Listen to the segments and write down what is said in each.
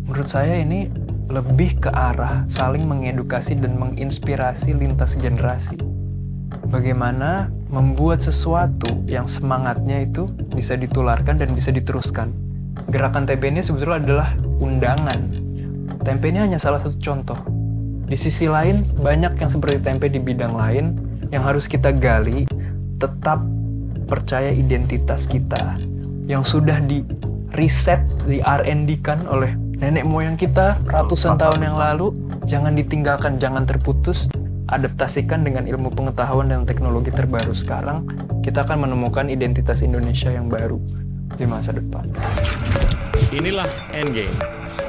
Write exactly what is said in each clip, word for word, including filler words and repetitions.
Menurut saya ini lebih ke arah saling mengedukasi dan menginspirasi lintas generasi. Bagaimana membuat sesuatu yang semangatnya itu bisa ditularkan dan bisa diteruskan. Gerakan Tempe ini sebetulnya adalah undangan. Tempe ini hanya salah satu contoh. Di sisi lain, banyak yang seperti Tempe di bidang lain yang harus kita gali, tetap percaya identitas kita yang sudah di riset, di R and D-kan oleh nenek moyang kita ratusan tahun yang lalu. Jangan ditinggalkan, jangan terputus. Adaptasikan dengan ilmu pengetahuan dan teknologi terbaru sekarang. Kita akan menemukan identitas Indonesia yang baru di masa depan. Inilah Endgame.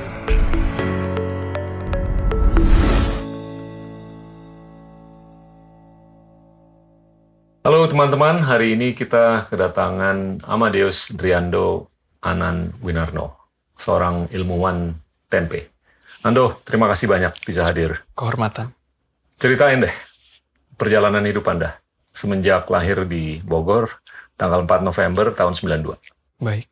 Halo teman-teman, hari ini kita kedatangan Amadeus Driando Anan Winarno, seorang ilmuwan tempe. Ando, terima kasih banyak bisa hadir. Kehormatan. Ceritain deh perjalanan hidup Anda semenjak lahir di Bogor tanggal empat November tahun sembilan puluh dua. Baik.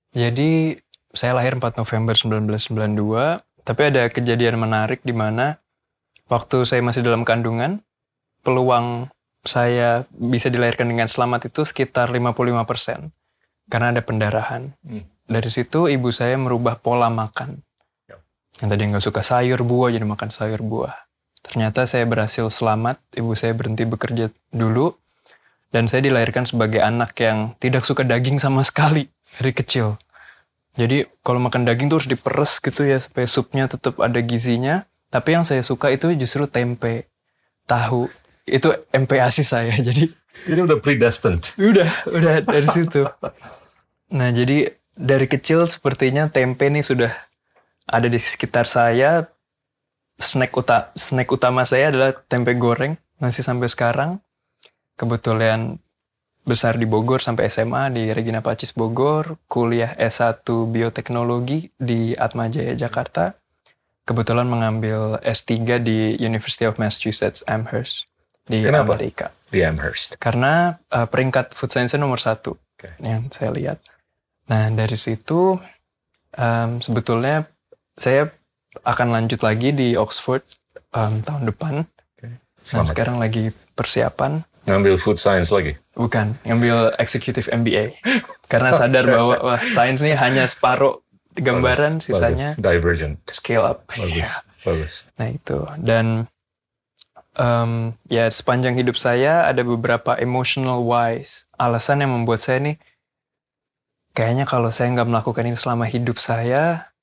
Jadi saya lahir empat November seribu sembilan ratus sembilan puluh dua, tapi ada kejadian menarik di mana waktu saya masih dalam kandungan, peluang saya bisa dilahirkan dengan selamat itu sekitar lima puluh lima persen karena ada pendarahan. Hmm. Dari situ ibu saya merubah pola makan. Yep. Yang tadi nggak suka sayur buah jadi makan sayur buah. Ternyata saya berhasil selamat, ibu saya berhenti bekerja dulu, dan saya dilahirkan sebagai anak yang tidak suka daging sama sekali dari kecil. Jadi kalau makan daging tuh harus diperes gitu ya supaya supnya tetap ada gizinya. Tapi yang saya suka itu justru tempe, tahu. Itu M P A S I saya, jadi ini udah predestined. Udah, udah dari situ. Nah, jadi dari kecil sepertinya tempe nih sudah ada di sekitar saya. Snack uta, snack utama saya adalah tempe goreng, masih sampai sekarang. Kebetulan besar di Bogor sampai S M A di Regina Pacis Bogor, kuliah S satu Bioteknologi di Atmajaya Jakarta. Kebetulan mengambil S tiga di University of Massachusetts Amherst. Di Kenapa? Amerika. Di Amherst. Karena uh, peringkat food science nomor satu okay. yang saya lihat. Nah dari situ um, sebetulnya saya akan lanjut lagi di Oxford um, tahun depan. Okay. Nah sekarang lagi persiapan. Ngambil food science lagi? Bukan, ngambil executive M B A. Karena sadar bahwa wah, sains ini hanya separuh gambaran, bagus, sisanya bagus. Divergent. Scale up. Bagus, ya. bagus. Nah itu dan Um, ya sepanjang hidup saya ada beberapa emotional whys, alasan yang membuat saya nih kayaknya kalau saya nggak melakukan ini selama hidup saya,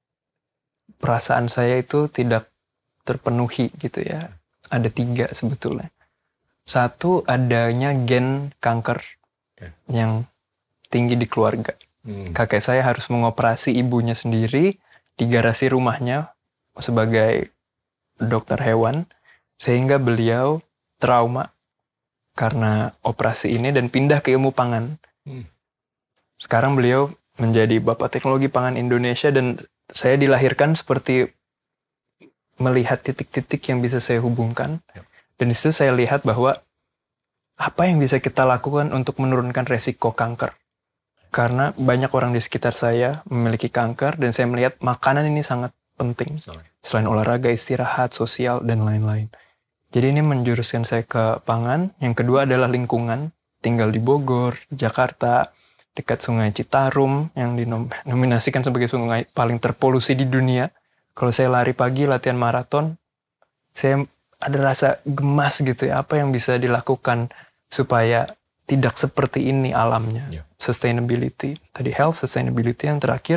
perasaan saya itu tidak terpenuhi gitu ya. Ada tiga sebetulnya. Satu, adanya gen kanker okay. yang tinggi di keluarga. Hmm. Kakek saya harus mengoperasi ibunya sendiri di garasi rumahnya sebagai dokter hewan. Sehingga beliau trauma karena operasi ini dan pindah ke ilmu pangan. Hmm. Sekarang beliau menjadi Bapak Teknologi Pangan Indonesia dan saya dilahirkan seperti melihat titik-titik yang bisa saya hubungkan. Yep. Dan di situ saya lihat bahwa apa yang bisa kita lakukan untuk menurunkan resiko kanker. Karena banyak orang di sekitar saya memiliki kanker dan saya melihat makanan ini sangat penting. Selain olahraga, istirahat, sosial, dan lain-lain. Jadi ini menjuruskan saya ke pangan. Yang kedua adalah lingkungan. Tinggal di Bogor, Jakarta, dekat Sungai Citarum yang dinominasikan sebagai sungai paling terpolusi di dunia. Kalau saya lari pagi latihan maraton, saya ada rasa gemas gitu ya. Apa yang bisa dilakukan supaya tidak seperti ini alamnya. Yeah. Sustainability. Tadi health, sustainability. Yang terakhir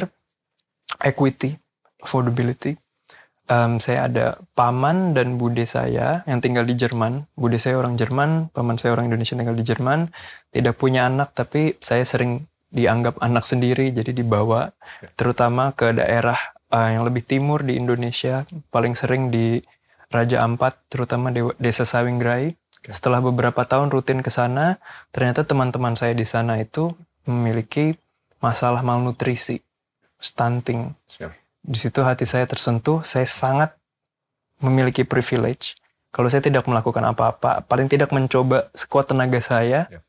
equity, affordability. Um, saya ada paman dan bude saya yang tinggal di Jerman. Bude saya orang Jerman, paman saya orang Indonesia tinggal di Jerman. Tidak punya anak, tapi saya sering dianggap anak sendiri, jadi dibawa terutama ke daerah uh, yang lebih timur di Indonesia. Paling sering di Raja Ampat, terutama di Desa Sawinggrai. Setelah beberapa tahun rutin ke sana, ternyata teman-teman saya di sana itu memiliki masalah malnutrisi, stunting. Siap. Di situ hati saya tersentuh, saya sangat memiliki privilege. Kalau saya tidak melakukan apa-apa, paling tidak mencoba sekuat tenaga saya, yeah.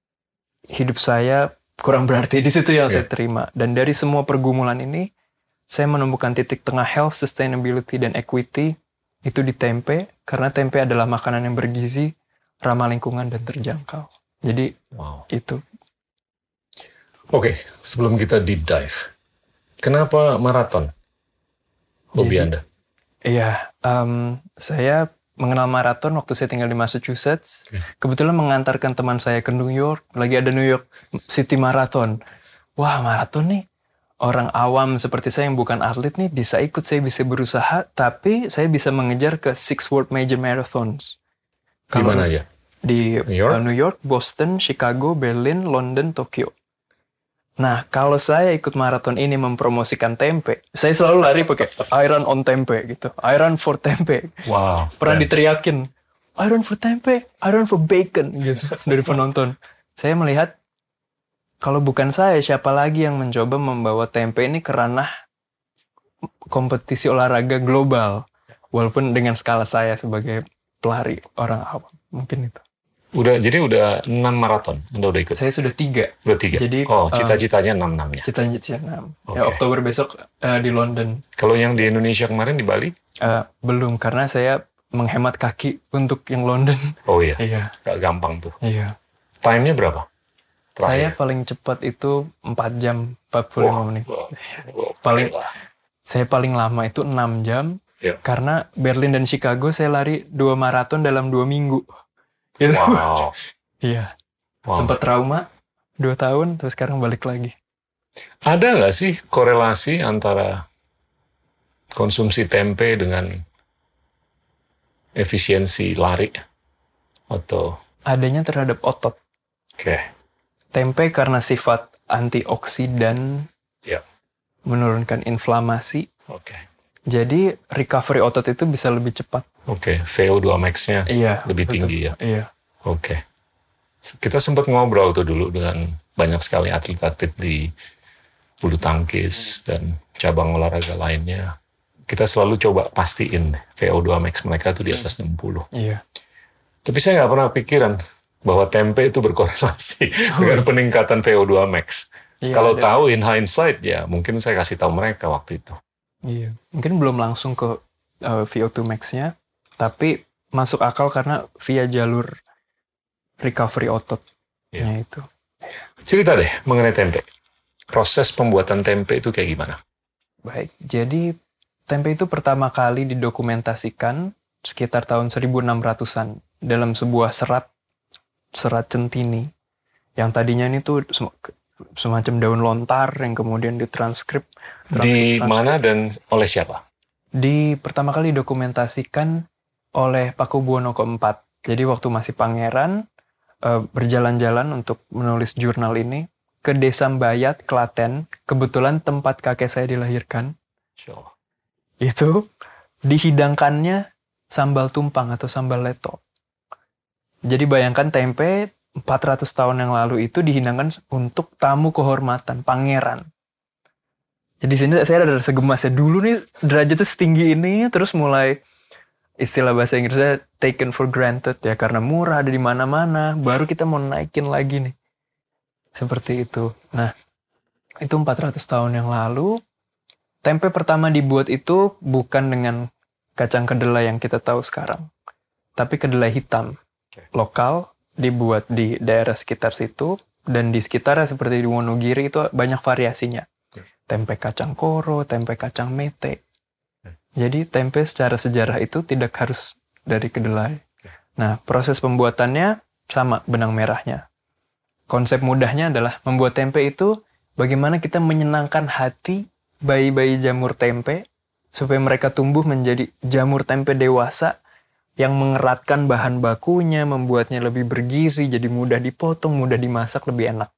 hidup saya kurang berarti. Di situ yang yeah. saya terima. Dan dari semua pergumulan ini, saya menemukan titik tengah health, sustainability, dan equity itu di tempe, karena tempe adalah makanan yang bergizi, ramah lingkungan, dan terjangkau. Jadi, Wow. itu. Oke, sebelum kita deep dive, kenapa maraton? Hobi Jadi, Anda? Iya, um, saya mengenal maraton waktu saya tinggal di Massachusetts. Oke. Kebetulan mengantarkan teman saya ke New York, lagi ada New York City Marathon. Wah, maraton nih. Orang awam seperti saya yang bukan atlet nih bisa ikut, saya bisa berusaha, tapi saya bisa mengejar ke six world major marathons. Di mana aja? Di New York? uh, New York, Boston, Chicago, Berlin, London, Tokyo. Nah, kalau saya ikut maraton ini mempromosikan tempe, saya selalu lari pakai I run on tempe gitu. I run for tempe. Wow. Pernah keren. diteriakin, I run for tempe, I run for bacon gitu dari penonton. Saya melihat kalau bukan saya, siapa lagi yang mencoba membawa tempe ini ke ranah kompetisi olahraga global. Walaupun dengan skala saya sebagai pelari orang awam. Mungkin itu. Udah, jadi udah enam maraton, Anda udah ikut? Saya sudah tiga. Udah tiga? Jadi, oh, um, cita-citanya enam-enamnya. Cita-cita enam. Oke. Ya, Oktober besok uh, di London. Kalau yang di Indonesia kemarin di Bali? Uh, belum, karena saya menghemat kaki untuk yang London. Oh iya, Iya, gak gampang tuh. iya. Time-nya berapa? Saya Terakhir. paling cepat itu empat jam empat puluh lima Wah, menit. wah, wah, Paling- gila. Saya paling lama itu enam jam. Iya. Karena Berlin dan Chicago saya lari dua maraton dalam dua minggu. Gitu. Wow. Iya, wow. sempat trauma dua tahun, terus sekarang balik lagi. Ada nggak sih korelasi antara konsumsi tempe dengan efisiensi lari? Atau, Adanya terhadap otot. oke, Tempe karena sifat antioksidan, Iya. menurunkan inflamasi. oke, Jadi recovery otot itu bisa lebih cepat. oke. V O dua max-nya Iya. lebih betul. tinggi ya. Iya. Oke. Kita sempat ngobrol tuh dulu dengan banyak sekali atlet-atlet di bulu tangkis dan cabang olahraga lainnya. Kita selalu coba pastiin V O dua max mereka tuh di atas enam puluh. Iya. Tapi saya nggak pernah pikiran bahwa tempe itu berkorelasi dengan peningkatan V O dua max. Iya, Kalau ada. tahu in hindsight ya mungkin saya kasih tahu mereka waktu itu. Iya. Mungkin belum langsung ke uh, V O dua max-nya, tapi masuk akal karena via jalur recovery ototnya Iya. itu. Cerita deh mengenai tempe. Proses pembuatan tempe itu kayak gimana? Baik, jadi tempe itu pertama kali didokumentasikan sekitar tahun seribu enam ratusan dalam sebuah serat serat centini yang tadinya ini tuh sem- semacam daun lontar yang kemudian ditranskrip. Di transkrip- mana dan oleh siapa? Di pertama kali didokumentasikan oleh Pakubuwono keempat. Jadi waktu masih pangeran eh, berjalan-jalan untuk menulis jurnal ini ke Desa Mbayat, Klaten, kebetulan tempat kakek saya dilahirkan. Sure. Itu dihidangkannya sambal tumpang atau sambal leto. Jadi bayangkan tempe empat ratus tahun yang lalu itu dihidangkan untuk tamu kehormatan, pangeran. Jadi sini saya ada rasa gemas ya. Dulu nih derajatnya setinggi ini, terus mulai istilah bahasa Inggrisnya taken for granted ya, karena murah ada di mana-mana. Baru kita mau naikin lagi nih. Seperti itu. Nah, itu empat ratus tahun yang lalu. Tempe pertama dibuat itu bukan dengan kacang kedelai yang kita tahu sekarang, tapi kedelai hitam lokal dibuat di daerah sekitar situ, dan di sekitarnya seperti di Wonogiri itu banyak variasinya. Tempe kacang koro, tempe kacang mete. Jadi tempe secara sejarah itu tidak harus dari kedelai. Nah, proses pembuatannya sama benang merahnya. Konsep mudahnya adalah membuat tempe itu bagaimana kita menyenangkan hati bayi-bayi jamur tempe supaya mereka tumbuh menjadi jamur tempe dewasa yang mengeratkan bahan bakunya, membuatnya lebih bergizi, jadi mudah dipotong, mudah dimasak, lebih enak.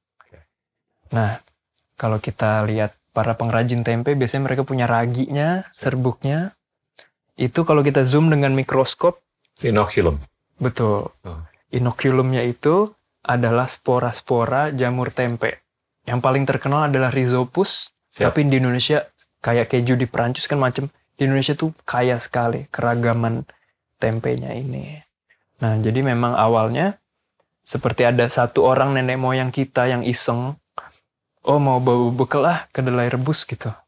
Nah, kalau kita lihat para pengrajin tempe, biasanya mereka punya raginya, serbuknya. Itu kalau kita zoom dengan mikroskop, Inoculum. betul. Oh. Inoculumnya itu adalah spora-spora jamur tempe. Yang paling terkenal adalah Rhizopus, Siap. tapi di Indonesia kayak keju di Perancis kan macam. Di Indonesia tuh kaya sekali keragaman tempenya ini. Nah, jadi memang awalnya seperti ada satu orang nenek moyang kita yang iseng, oh mau bawa bekal ah kedelai rebus gitu.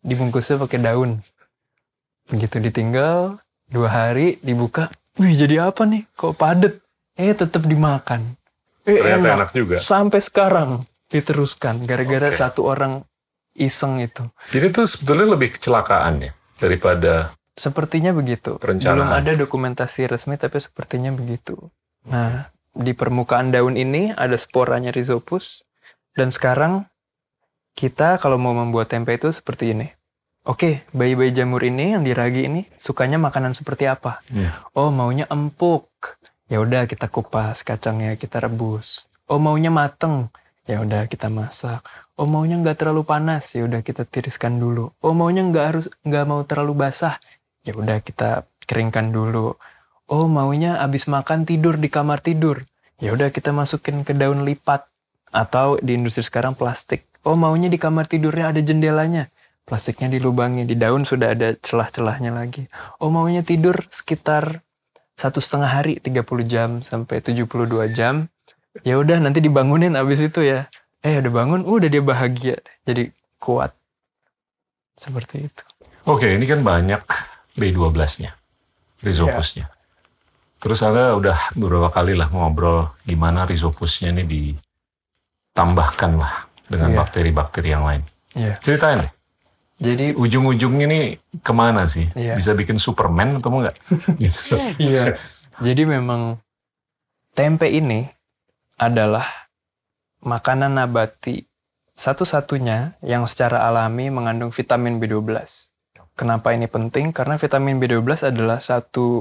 dibungkusnya pakai daun. Begitu ditinggal dua hari dibuka, wih jadi apa nih? Kok padet? Eh tetap dimakan. Eh Ternyata enak. enak juga. Sampai sekarang diteruskan gara-gara Oke. satu orang iseng itu. Jadi itu sebetulnya lebih kecelakaan ya daripada Sepertinya begitu. perencanaan. Belum ada dokumentasi resmi tapi sepertinya begitu. Nah, di permukaan daun ini ada sporanya Rhizopus. Dan sekarang kita kalau mau membuat tempe itu seperti ini. Oke, bayi-bayi jamur ini yang diragi ini sukanya makanan seperti apa? Iya. Oh, maunya empuk. Ya udah kita kupas kacangnya, kita rebus. Oh, maunya mateng. Ya udah kita masak. Oh, maunya nggak terlalu panas. Ya udah kita tiriskan dulu. Oh, maunya nggak harus nggak mau terlalu basah. Ya udah kita keringkan dulu. Oh, maunya abis makan tidur di kamar tidur. Ya udah kita masukin ke daun lipat atau di industri sekarang plastik. Oh, maunya di kamar tidurnya ada jendelanya. Plastiknya dilubangi, di daun sudah ada celah-celahnya lagi. Oh, maunya tidur sekitar satu setengah hari, tiga puluh jam sampai tujuh puluh dua jam. Ya udah nanti dibangunin abis itu ya. Eh udah bangun, udah dia bahagia, jadi kuat. Seperti itu. Oke, ini kan banyak B dua belas-nya, Rhizopusnya. Terus Anda udah beberapa kali lah ngobrol gimana Rhizopusnya ini ditambahkan lah dengan Iya. bakteri-bakteri yang lain. Iya. Ceritain deh, Jadi ujung-ujungnya ini kemana sih? Iya. Bisa bikin Superman atau enggak? Gitu. iya. Jadi memang tempe ini adalah makanan nabati satu-satunya yang secara alami mengandung vitamin B dua belas. Kenapa ini penting? Karena vitamin B dua belas adalah satu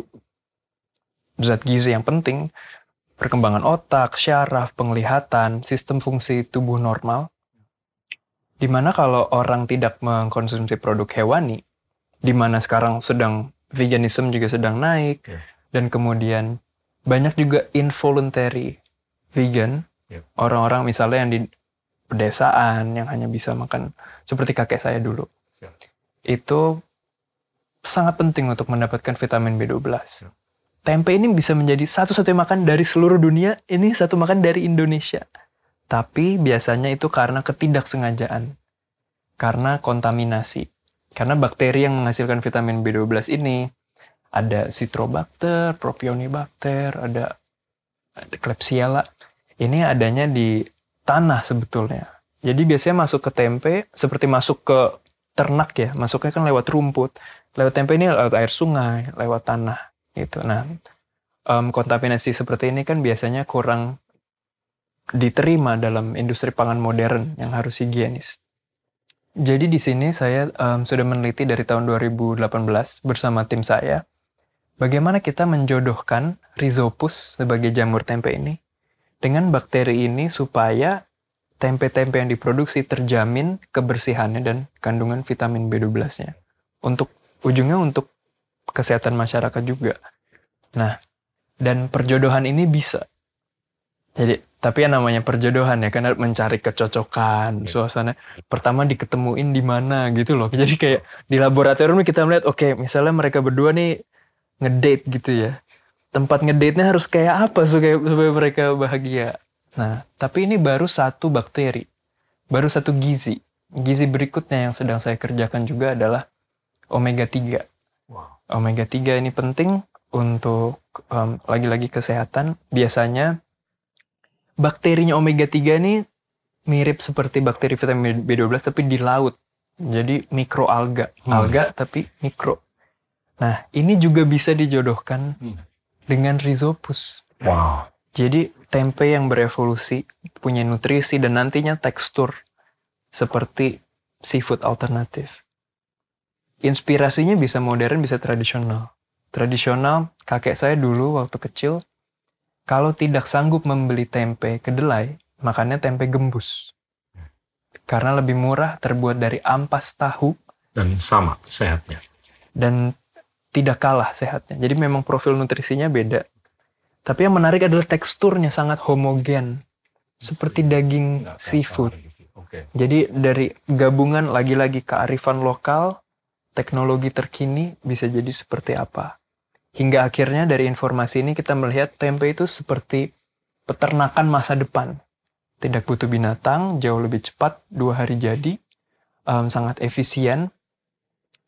zat gizi yang penting perkembangan otak, syaraf, penglihatan, sistem fungsi tubuh normal. Dimana kalau orang tidak mengkonsumsi produk hewani, dimana sekarang sedang veganism juga sedang naik, Yeah. dan kemudian banyak juga involuntary vegan, Yeah. orang-orang misalnya yang di pedesaan yang hanya bisa makan seperti kakek saya dulu. Yeah. Itu sangat penting untuk mendapatkan vitamin B dua belas. Yeah. Tempe ini bisa menjadi satu-satunya makan dari seluruh dunia, ini satu makan dari Indonesia. Tapi biasanya itu karena ketidaksengajaan, karena kontaminasi. Karena bakteri yang menghasilkan vitamin B dua belas ini, ada Citrobacter, Propionibacter, ada, ada Klebsiella. Ini adanya di tanah sebetulnya. Jadi biasanya masuk ke tempe, seperti masuk ke ternak ya, masuknya kan lewat rumput. Lewat tempe ini lewat air sungai, lewat tanah. Gitu. Nah, um, kontaminasi seperti ini kan biasanya kurang diterima dalam industri pangan modern yang harus higienis. Jadi di sini saya um, sudah meneliti dari tahun dua ribu delapan belas bersama tim saya, bagaimana kita menjodohkan Rhizopus sebagai jamur tempe ini dengan bakteri ini supaya tempe-tempe yang diproduksi terjamin kebersihannya dan kandungan vitamin B dua belas-nya. Untuk ujungnya untuk kesehatan masyarakat juga. Nah, dan perjodohan ini bisa. Jadi, tapi yang namanya perjodohan ya, karena mencari kecocokan, suasana. Pertama diketemuin di mana gitu loh. Jadi kayak di laboratorium kita melihat, oke, okay, misalnya mereka berdua nih ngedate gitu ya. Tempat ngedate-nya harus kayak apa supaya, supaya mereka bahagia. Nah, tapi ini baru satu bakteri. Baru satu gizi. Gizi berikutnya yang sedang saya kerjakan juga adalah omega tiga. Wow. Omega tiga ini penting untuk um, lagi-lagi kesehatan. Biasanya bakterinya omega tiga ini mirip seperti bakteri vitamin B dua belas tapi di laut. Jadi mikroalga. Hmm. Alga tapi mikro. Nah, ini juga bisa dijodohkan Hmm. dengan Rhizopus. Wow. Jadi tempe yang berevolusi, punya nutrisi dan nantinya tekstur seperti seafood alternatif. Inspirasinya bisa modern, bisa tradisional. Tradisional, kakek saya dulu waktu kecil, kalau tidak sanggup membeli tempe kedelai, makannya tempe gembus. Karena lebih murah, terbuat dari ampas tahu. Dan sama sehatnya. Dan tidak kalah sehatnya. Jadi memang profil nutrisinya beda. Tapi yang menarik adalah teksturnya sangat homogen. Seperti daging Nggak kasar seafood. gitu. Oke. Jadi dari gabungan lagi-lagi kearifan lokal, teknologi terkini bisa jadi seperti apa. Hingga akhirnya dari informasi ini kita melihat tempe itu seperti peternakan masa depan. Tidak butuh binatang, jauh lebih cepat, dua hari jadi, um, sangat efisien,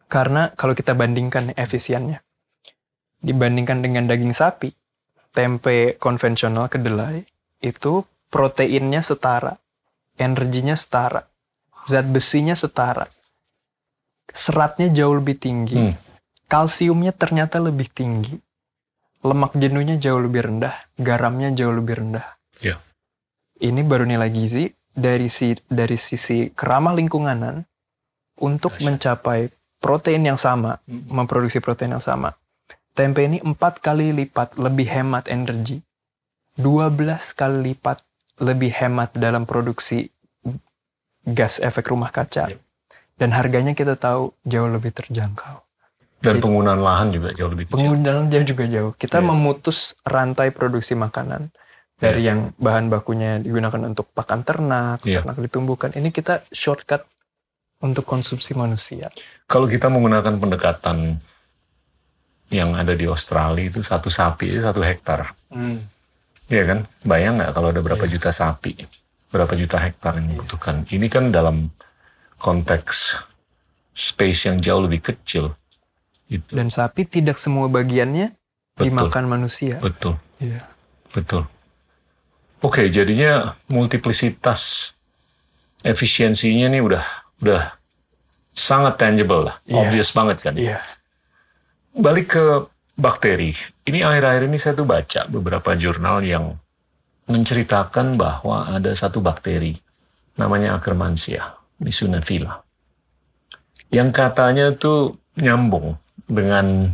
Karena kalau kita bandingkan nih efisiennya, dibandingkan dengan daging sapi, tempe konvensional kedelai itu proteinnya setara, energinya setara, zat besinya setara, seratnya jauh lebih tinggi, Hmm. kalsiumnya ternyata lebih tinggi, lemak jenuhnya jauh lebih rendah, garamnya jauh lebih rendah. Ya. Ini baru nilai gizi dari si dari sisi keramah lingkunganan untuk Dahsyat. mencapai protein yang sama, Hmm. memproduksi protein yang sama. Tempe ini empat kali lipat lebih hemat energi, dua belas kali lipat lebih hemat dalam produksi gas efek rumah kaca, Yep. dan harganya kita tahu jauh lebih terjangkau. Dan Jadi, penggunaan lahan juga jauh lebih kecil. penggunaan jauh juga jauh. Kita Iya. memutus rantai produksi makanan dari Iya. yang bahan bakunya digunakan untuk pakan ternak, Iya. ternak ditumbuhkan. Ini kita shortcut untuk konsumsi manusia. Kalau kita menggunakan pendekatan yang ada di Australia itu satu sapi itu satu hektar. Iya kan? Bayang nggak kalau ada berapa Iya. juta sapi, berapa juta hektar yang dibutuhkan. Ini kan dalam konteks space yang jauh lebih kecil. Itu. Dan sapi tidak semua bagiannya Betul. dimakan manusia. Betul, Iya. betul. Oke, jadinya multiplisitas efisiensinya nih udah udah sangat tangible lah, Iya. obvious banget kan. Iya. Balik ke bakteri. Ini akhir-akhir ini saya tuh baca beberapa jurnal yang menceritakan bahwa ada satu bakteri namanya Akkermansia, Misonephilia, yang katanya tuh nyambung dengan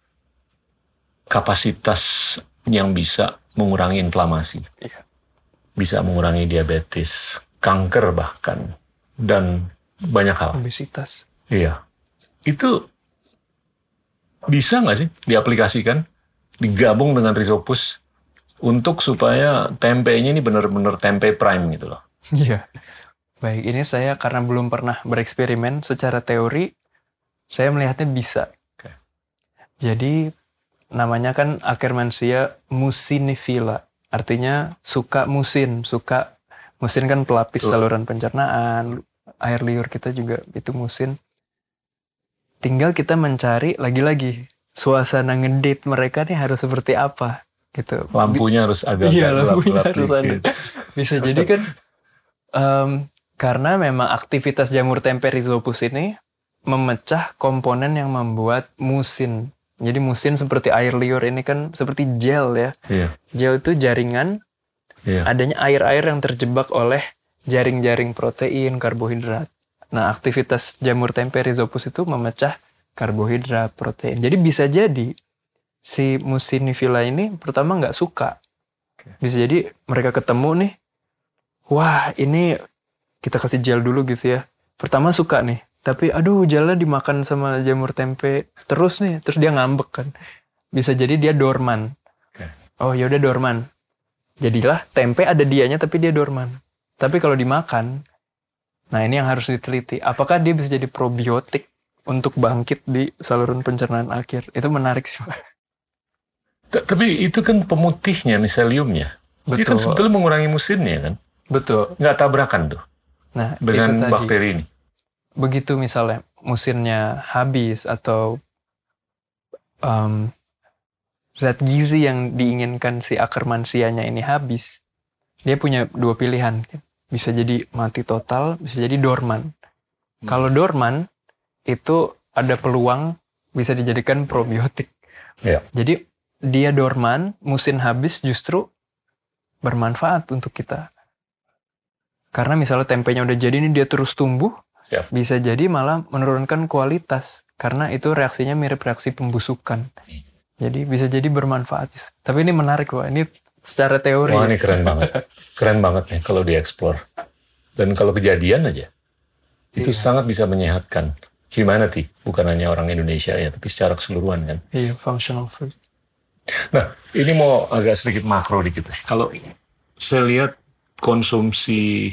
kapasitas yang bisa mengurangi inflamasi, Iya. bisa mengurangi diabetes, kanker bahkan, dan banyak hal. Obesitas. Iya. Itu bisa nggak sih diaplikasikan, digabung dengan Rhizopus untuk supaya tempenya ini benar-benar tempe prime gitu loh. Iya. Baik, ini saya karena belum pernah bereksperimen secara teori, saya melihatnya bisa. Oke. Jadi namanya kan Akkermansia muciniphilia, artinya suka musin, suka musin kan pelapis Betul. saluran pencernaan, air liur kita juga itu musin. Tinggal kita mencari lagi-lagi suasana ngedate mereka nih harus seperti apa gitu. Lampunya harus agak Iya, lampunya gelap-gelap harus ada. dikit. Bisa jadi kan em, karena memang aktivitas jamur tempe Rhizopus ini memecah komponen yang membuat musin. Jadi musin seperti air liur ini kan seperti gel ya. Iya, Gel itu jaringan, iya. adanya air-air yang terjebak oleh jaring-jaring protein, karbohidrat. Nah, aktivitas jamur tempe Rhizopus itu memecah karbohidrat, protein. Jadi bisa jadi si muciniphilia ini pertama nggak suka. Bisa jadi mereka ketemu nih, wah ini kita kasih gel dulu gitu ya. Pertama suka nih, tapi aduh gelnya dimakan sama jamur tempe terus nih, terus dia ngambek kan. Bisa jadi dia dorman. Oke. Oh yaudah dorman. Jadilah tempe ada dianya tapi dia dorman. Tapi kalau dimakan, nah ini yang harus diteliti. Apakah dia bisa jadi probiotik untuk bangkit di saluran pencernaan akhir? Itu menarik sih, Pak. T- Tapi itu kan pemutihnya, miseliumnya. Dia kan Betul. sebetulnya mengurangi musinnya kan. Betul. Nggak tabrakan tuh Nah, dengan itu tadi. bakteri ini. Begitu misalnya musinnya habis atau um, zat gizi yang diinginkan si Akkermansianya ini habis, dia punya dua pilihan. Bisa jadi mati total, bisa jadi dorman. Hmm. Kalau dorman, itu ada peluang bisa dijadikan probiotik. Iya. Jadi dia dorman, musin habis justru bermanfaat untuk kita. Karena misalnya tempenya udah jadi ini dia terus tumbuh, Siap. bisa jadi malah menurunkan kualitas. Karena itu reaksinya mirip reaksi pembusukan. Jadi bisa jadi bermanfaat. Tapi ini menarik, Wak. Ini secara teori. Wah, ini keren banget. Keren banget nih kalau dieksplor. Dan kalau kejadian aja, itu Iya. sangat bisa menyehatkan humanity. Bukan hanya orang Indonesia ya, tapi secara keseluruhan kan. Iya, functional food. Nah, ini mau agak sedikit makro dikit. Kalau saya lihat konsumsi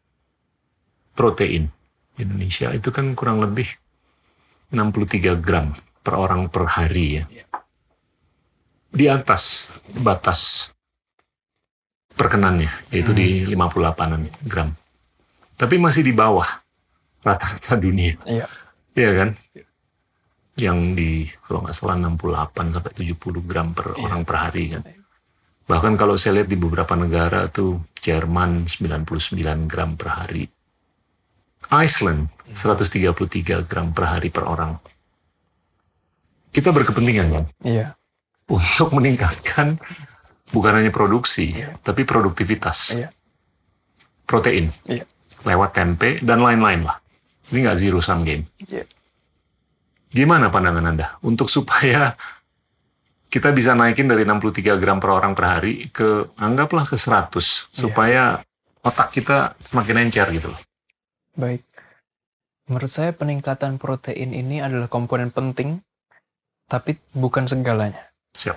protein di Indonesia itu kan kurang lebih enam puluh tiga gram per orang per hari ya. Di atas batas perkenannya, yaitu di lima puluh delapan gram. Tapi masih di bawah rata-rata dunia. Iya. Iya kan? yang di kalau nggak salah enam puluh delapan sampai tujuh puluh gram per Iya. orang per hari kan. Bahkan kalau saya lihat di beberapa negara tuh Jerman sembilan puluh sembilan gram per hari. Iceland seratus tiga puluh tiga gram per hari per orang. Kita berkepentingan kan Iya. untuk meningkatkan bukan hanya produksi, Iya. tapi produktivitas. Iya. Protein. Iya. Lewat tempe dan lain-lain lah. Ini nggak zero sum game. Iya. Gimana pandangan Anda untuk supaya kita bisa naikin dari enam puluh tiga gram per orang per hari ke anggaplah ke seratus Iya. supaya otak kita semakin encer gitu loh. Baik. Menurut saya peningkatan protein ini adalah komponen penting, tapi bukan segalanya. Siap.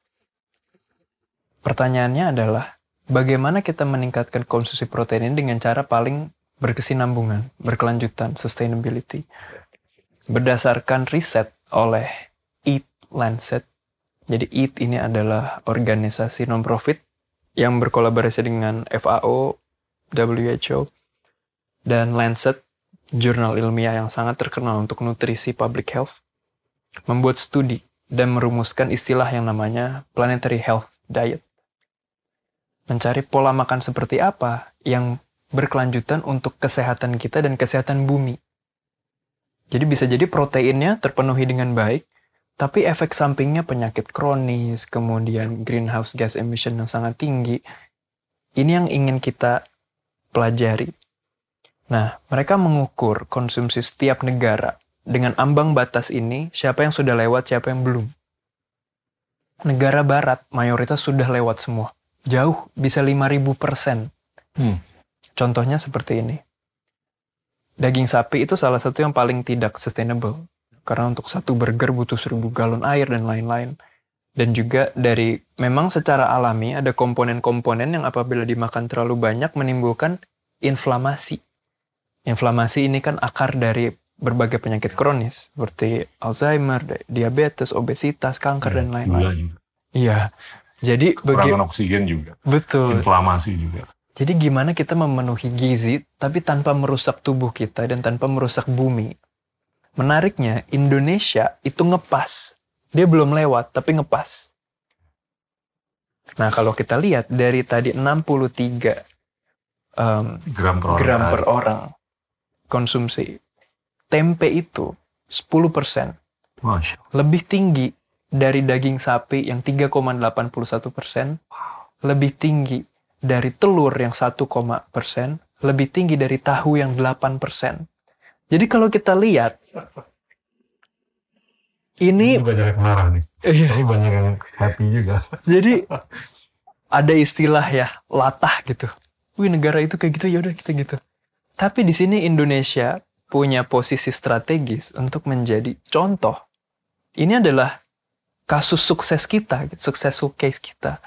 Pertanyaannya adalah, bagaimana kita meningkatkan konsumsi protein ini dengan cara paling berkesinambungan, berkelanjutan, sustainability. Berdasarkan riset oleh Eat Lancet, jadi Eat ini adalah organisasi non-profit yang berkolaborasi dengan F A O, W H O, dan Lancet, jurnal ilmiah yang sangat terkenal untuk nutrisi public health, membuat studi dan merumuskan istilah yang namanya planetary health diet. Mencari pola makan seperti apa yang berkelanjutan untuk kesehatan kita dan kesehatan bumi. Jadi bisa jadi proteinnya terpenuhi dengan baik, tapi efek sampingnya penyakit kronis, kemudian greenhouse gas emission yang sangat tinggi. Ini yang ingin kita pelajari. Nah, mereka mengukur konsumsi setiap negara. Dengan ambang batas ini, siapa yang sudah lewat, siapa yang belum. Negara barat, mayoritas sudah lewat semua. Jauh, bisa lima ribu persen. Hmm. Contohnya seperti ini. Daging sapi itu salah satu yang paling tidak sustainable. Karena untuk satu burger butuh seribu galon air dan lain-lain. Dan juga dari, memang secara alami ada komponen-komponen yang apabila dimakan terlalu banyak menimbulkan inflamasi. Inflamasi ini kan akar dari berbagai penyakit kronis. Seperti Alzheimer, diabetes, obesitas, kanker, dan lain-lain. Iya. Jadi, kekurangan oksigen juga. Betul. Inflamasi juga. Jadi gimana kita memenuhi gizi, tapi tanpa merusak tubuh kita dan tanpa merusak bumi. Menariknya, Indonesia itu ngepas. Dia belum lewat, tapi ngepas. Nah, kalau kita lihat dari tadi enam puluh tiga um, gram per orang, gram per orang konsumsi, tempe itu sepuluh persen. Masya. Lebih tinggi dari daging sapi yang tiga koma delapan satu persen. Lebih tinggi dari telur yang satu persen, lebih tinggi dari tahu yang delapan persen. Jadi kalau kita lihat, ini... Ini banyak yang marah nih. Iya. Ini banyak yang happy juga. Jadi, ada istilah ya, latah gitu. Wih, negara itu kayak gitu, yaudah kita gitu. Tapi di sini Indonesia punya posisi strategis untuk menjadi contoh. Ini adalah kasus sukses kita, successful case kita.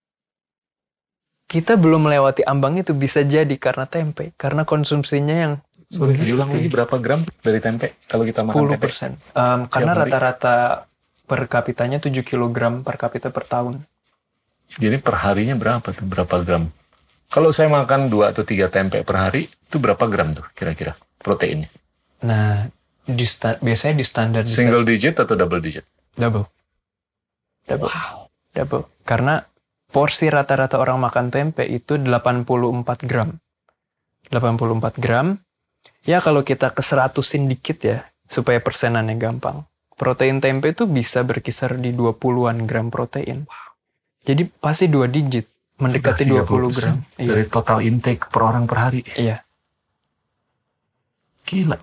Kita belum melewati ambang itu, bisa jadi karena tempe, karena konsumsinya yang Sorry, diulang lagi berapa gram dari tempe kalau kita makan tempe? sepuluh persen. Um, karena hari? rata-rata per kapitanya tujuh kilogram per kapita per tahun. Jadi per harinya berapa tuh? Berapa gram? Kalau saya makan dua atau tiga tempe per hari, itu berapa gram tuh kira-kira proteinnya? Nah, di sta- biasanya di standar Single digit atau double digit? double. Double. Double. Karena porsi rata-rata orang makan tempe itu delapan puluh empat gram. delapan puluh empat gram. Ya kalau kita keseratusin dikit ya, supaya persenannya gampang. Protein tempe itu bisa berkisar di dua puluhan gram protein. Jadi pasti dua digit, mendekati dua puluh gram. Dari Iya. total intake per orang per hari. Iya. Gila.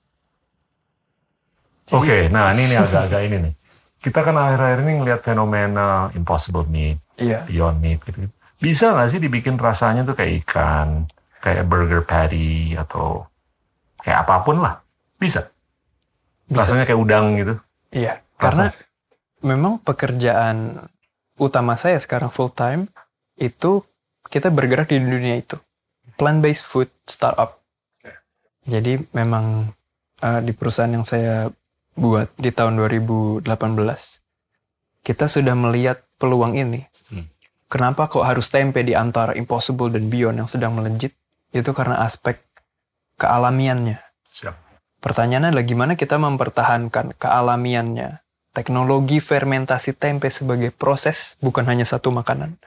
Jadi- Oke, nah ini nih agak-agak ini nih. Kita kan akhir-akhir ini ngelihat fenomena impossible meat, Iya. beyond meat gitu. Bisa nggak sih dibikin rasanya tuh kayak ikan, kayak burger patty atau kayak apapun lah? Bisa. Bisa. Rasanya kayak udang gitu. Iya. Rasa. Karena memang pekerjaan utama saya sekarang full time itu kita bergerak di dunia itu. Plant-based food startup. Jadi memang uh, di perusahaan yang saya buat di tahun dua ribu delapan belas, kita sudah melihat peluang ini. Hmm. Kenapa kok harus tempe di antara impossible dan beyond yang sedang melejit? Itu karena aspek kealamiannya. Siap. Pertanyaannya adalah gimana kita mempertahankan kealamiannya, teknologi fermentasi tempe sebagai proses, bukan hanya satu makanan,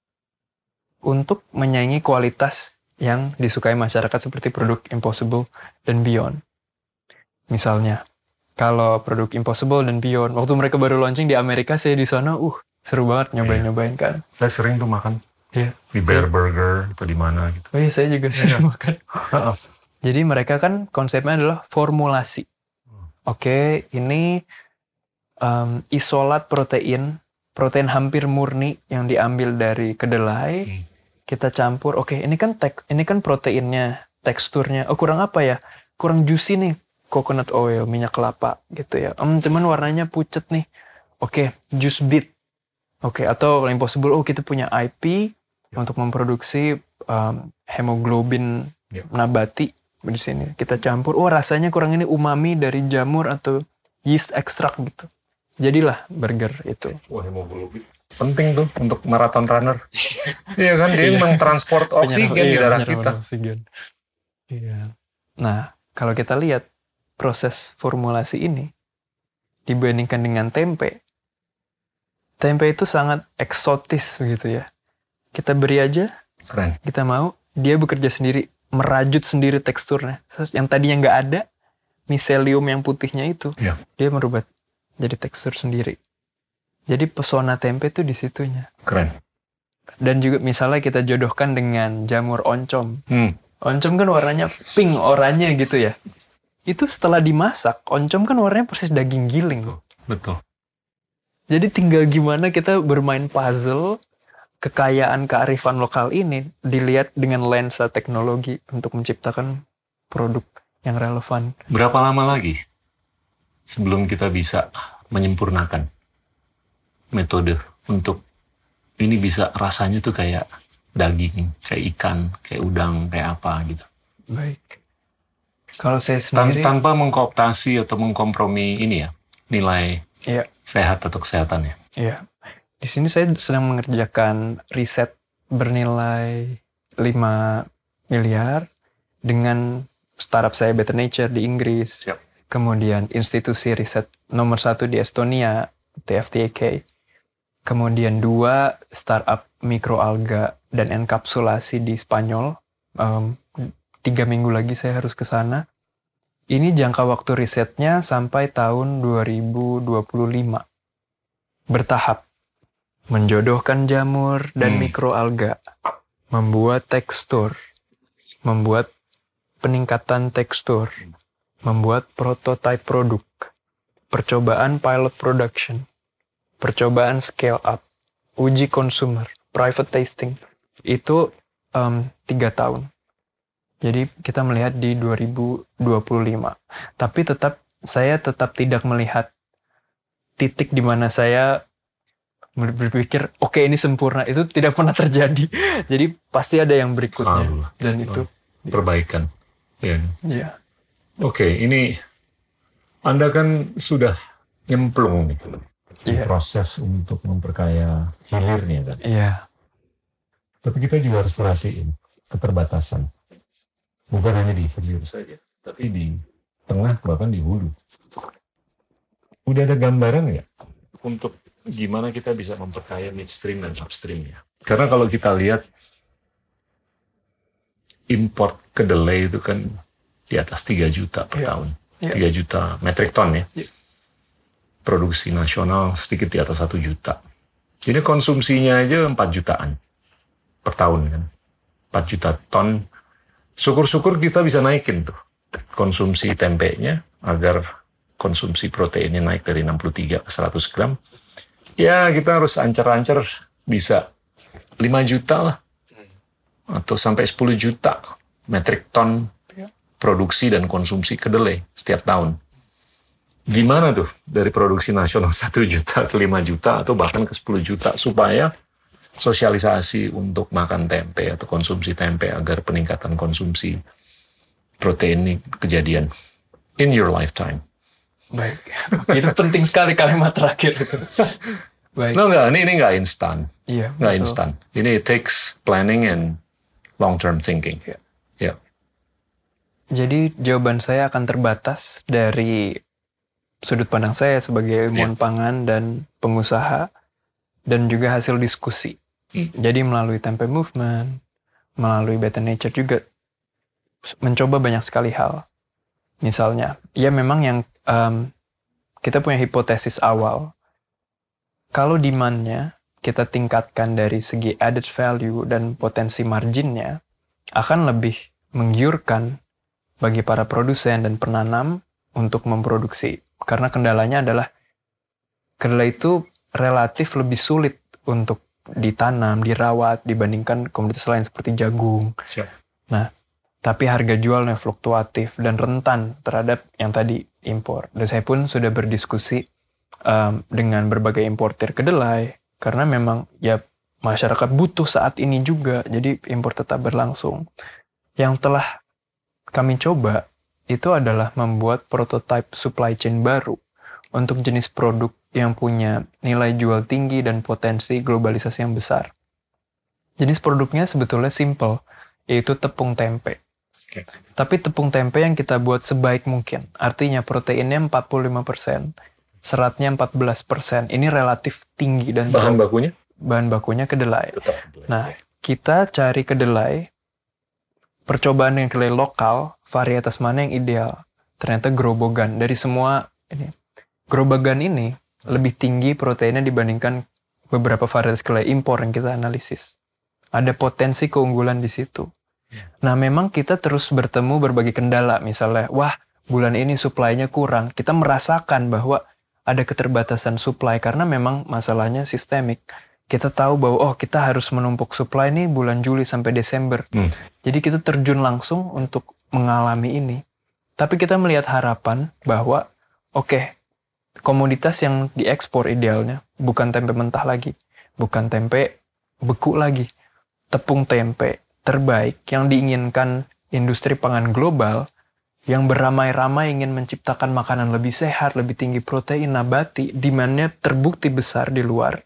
untuk menyaingi kualitas yang disukai masyarakat seperti produk Impossible dan Beyond. Misalnya, kalau produk Impossible dan Beyond, waktu mereka baru launching di Amerika, saya di sana, uh, seru banget nyobain-nyobain kan. Saya sering tuh makan Iya. di Bear Burger atau di mana gitu. Oh iya, saya juga sering makan. Jadi mereka kan konsepnya adalah formulasi. Oke, ini um, isolat protein, protein hampir murni yang diambil dari kedelai, hmm. kita campur. Oke, ini kan tek, ini kan proteinnya, teksturnya. Oh kurang apa ya? Kurang juicy nih, coconut oil, minyak kelapa gitu ya. Um, cuman warnanya pucet nih. Oke, juice beet. Oke, atau Impossible. Oh kita punya I P ya. Untuk memproduksi um, hemoglobin ya. Nabati. Di sini kita campur, oh rasanya kurang ini umami dari jamur atau yeast extract gitu. Jadilah burger itu. Wah, hemoglobin penting tuh untuk marathon runner. Iya kan, dia mentransport oksigen di darah kita. Oksigen. Iya. Nah, kalau kita lihat proses formulasi ini dibandingkan dengan tempe, tempe itu sangat eksotis begitu ya. Kita beri aja, keren. Kita mau, dia bekerja sendiri. Merajut sendiri teksturnya. Yang tadinya nggak ada, miselium yang putihnya itu, ya. Dia merubah jadi tekstur sendiri. Jadi pesona tempe tuh di situnya. Keren. Dan juga misalnya kita jodohkan dengan jamur oncom. Hmm. Oncom kan warnanya pink, oranye gitu ya. Itu setelah dimasak, oncom kan warnanya persis daging giling. Betul. Jadi tinggal gimana kita bermain puzzle, kekayaan kearifan lokal ini dilihat dengan lensa teknologi untuk menciptakan produk yang relevan. Berapa lama lagi sebelum kita bisa menyempurnakan metode untuk ini bisa rasanya tuh kayak daging, kayak ikan, kayak udang, kayak apa gitu. Baik. Kalau saya sendiri tanpa mengkooptasi atau mengkompromi ini ya, nilai iya. sehat atau kesehatannya. Iya. Di sini saya sedang mengerjakan riset bernilai lima miliar dengan startup saya Better Nature di Inggris. Siap. Kemudian institusi riset nomor satu di Estonia, T F T A K. Kemudian dua startup mikroalga dan enkapsulasi di Spanyol. Um, tiga minggu lagi saya harus ke sana. Ini jangka waktu risetnya sampai tahun dua ribu dua puluh lima. Bertahap. Menjodohkan jamur dan hmm. mikroalga, membuat tekstur, membuat peningkatan tekstur, membuat prototipe produk, percobaan pilot production, percobaan scale up, uji consumer, private tasting, itu um, tiga tahun. Jadi kita melihat di dua ribu dua puluh lima. Tapi tetap saya tetap tidak melihat titik di mana saya berpikir oke okay, ini sempurna, itu tidak pernah terjadi. Jadi pasti ada yang berikutnya. Selalu. Dan itu perbaikan. Ya. Yeah. Oke, okay, ini Anda kan sudah nyemplung nih yeah. proses untuk memperkaya hilirnya kan. Iya. Yeah. Tapi kita juga harus perhatiin keterbatasan. Bukan hanya di hilir saja, tapi di tengah bahkan di hulu. Udah ada gambaran nggak untuk gimana kita bisa memperkaya midstream dan upstreamnya? Karena kalau kita lihat import kedelai itu kan di atas tiga juta per yeah. tahun. Yeah. tiga juta metrik ton ya. Yeah. Produksi nasional sedikit di atas satu juta. Jadi konsumsinya aja empat jutaan per tahun kan. empat juta ton. Syukur-syukur kita bisa naikin tuh konsumsi tempenya agar konsumsi proteinnya naik dari enam puluh tiga ke seratus gram. Ya, kita harus ancer-ancer bisa lima juta lah. Atau sampai sepuluh juta metrik ton produksi dan konsumsi kedelai setiap tahun. Gimana tuh dari produksi nasional satu juta ke lima juta atau bahkan ke sepuluh juta supaya sosialisasi untuk makan tempe atau konsumsi tempe agar peningkatan konsumsi protein ini kejadian in your lifetime. Baik, itu penting sekali kalimat terakhir itu. Baik. No, enggak, ini ini enggak instan. Iya, enggak instan. Ini it takes planning and long-term thinking. Ya. Ya. Jadi jawaban saya akan terbatas dari sudut pandang saya sebagai ilmuwan Ya. pangan dan pengusaha, dan juga hasil diskusi. Hmm. Jadi melalui Tempe Movement, melalui Better Nature juga mencoba banyak sekali hal. Misalnya, ya memang yang um, kita punya hipotesis awal. Kalau demand-nya kita tingkatkan dari segi added value dan potensi marginnya, akan lebih menggiurkan bagi para produsen dan penanam untuk memproduksi. Karena kendalanya adalah kedelai itu relatif lebih sulit untuk ditanam, dirawat dibandingkan komoditas lain seperti jagung. Siap. Nah, tapi harga jualnya fluktuatif dan rentan terhadap yang tadi impor. Dan saya pun sudah berdiskusi um, dengan berbagai importir kedelai karena memang ya masyarakat butuh saat ini juga, jadi impor tetap berlangsung. Yang telah kami coba itu adalah membuat prototype supply chain baru untuk jenis produk yang punya nilai jual tinggi dan potensi globalisasi yang besar. Jenis produknya sebetulnya simple, yaitu tepung tempe. Oke. Tapi tepung tempe yang kita buat sebaik mungkin. Artinya proteinnya empat puluh lima persen, seratnya empat belas persen. Ini relatif tinggi dan Bahan bakunya bahan bakunya kedelai. tetap. Nah, kita cari kedelai, percobaan dengan kedelai lokal, varietas mana yang ideal. Ternyata Grobogan. Dari semua ini, Grobogan ini lebih tinggi proteinnya dibandingkan beberapa varietas kedelai impor yang kita analisis. Ada potensi keunggulan di situ. Nah, memang kita terus bertemu berbagai kendala. Misalnya, wah, bulan ini supply-nya kurang. Kita merasakan bahwa ada keterbatasan supply karena memang masalahnya sistemik. Kita tahu bahwa, oh, kita harus menumpuk supply nih bulan Juli sampai Desember. Hmm. Jadi kita terjun langsung untuk mengalami ini. Tapi kita melihat harapan bahwa, oke, okay, komoditas yang diekspor idealnya bukan tempe mentah lagi, bukan tempe beku lagi, tepung tempe terbaik yang diinginkan industri pangan global yang beramai-ramai ingin menciptakan makanan lebih sehat, lebih tinggi protein nabati, demand-nya terbukti besar di luar.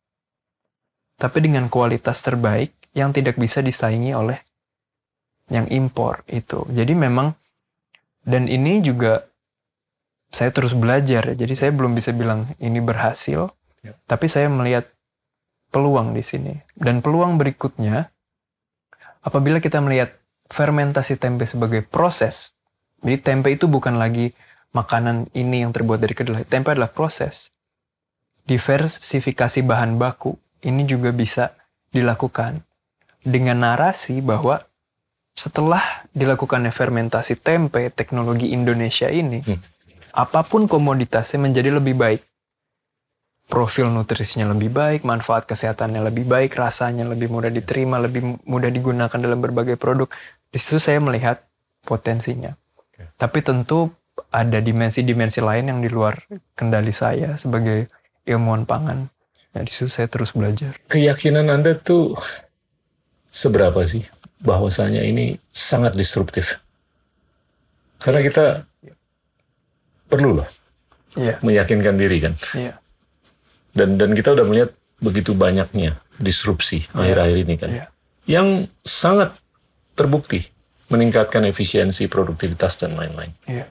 Tapi dengan kualitas terbaik yang tidak bisa disaingi oleh yang impor itu. Jadi memang, dan ini juga saya terus belajar, jadi saya belum bisa bilang ini berhasil, Ya. tapi saya melihat peluang di sini. Dan peluang berikutnya, apabila kita melihat fermentasi tempe sebagai proses, jadi tempe itu bukan lagi makanan ini yang terbuat dari kedelai, tempe adalah proses. Diversifikasi bahan baku, ini juga bisa dilakukan dengan narasi bahwa setelah dilakukannya fermentasi tempe, teknologi Indonesia ini, Hmm. apapun komoditasnya menjadi lebih baik. Profil nutrisinya lebih baik, manfaat kesehatannya lebih baik, rasanya lebih mudah diterima, lebih mudah digunakan dalam berbagai produk. Di situ saya melihat potensinya. Oke. Tapi tentu ada dimensi-dimensi lain yang di luar kendali saya sebagai ilmuwan pangan. Nah, di situ saya terus belajar. Keyakinan Anda tuh seberapa sih bahwasanya ini sangat disruptif? Karena kita perlu loh Iya, meyakinkan diri kan. iya, Dan dan kita udah melihat begitu banyaknya disrupsi akhir-akhir ini kan. iya. Yang sangat terbukti meningkatkan efisiensi, produktivitas, dan lain-lain. Iya.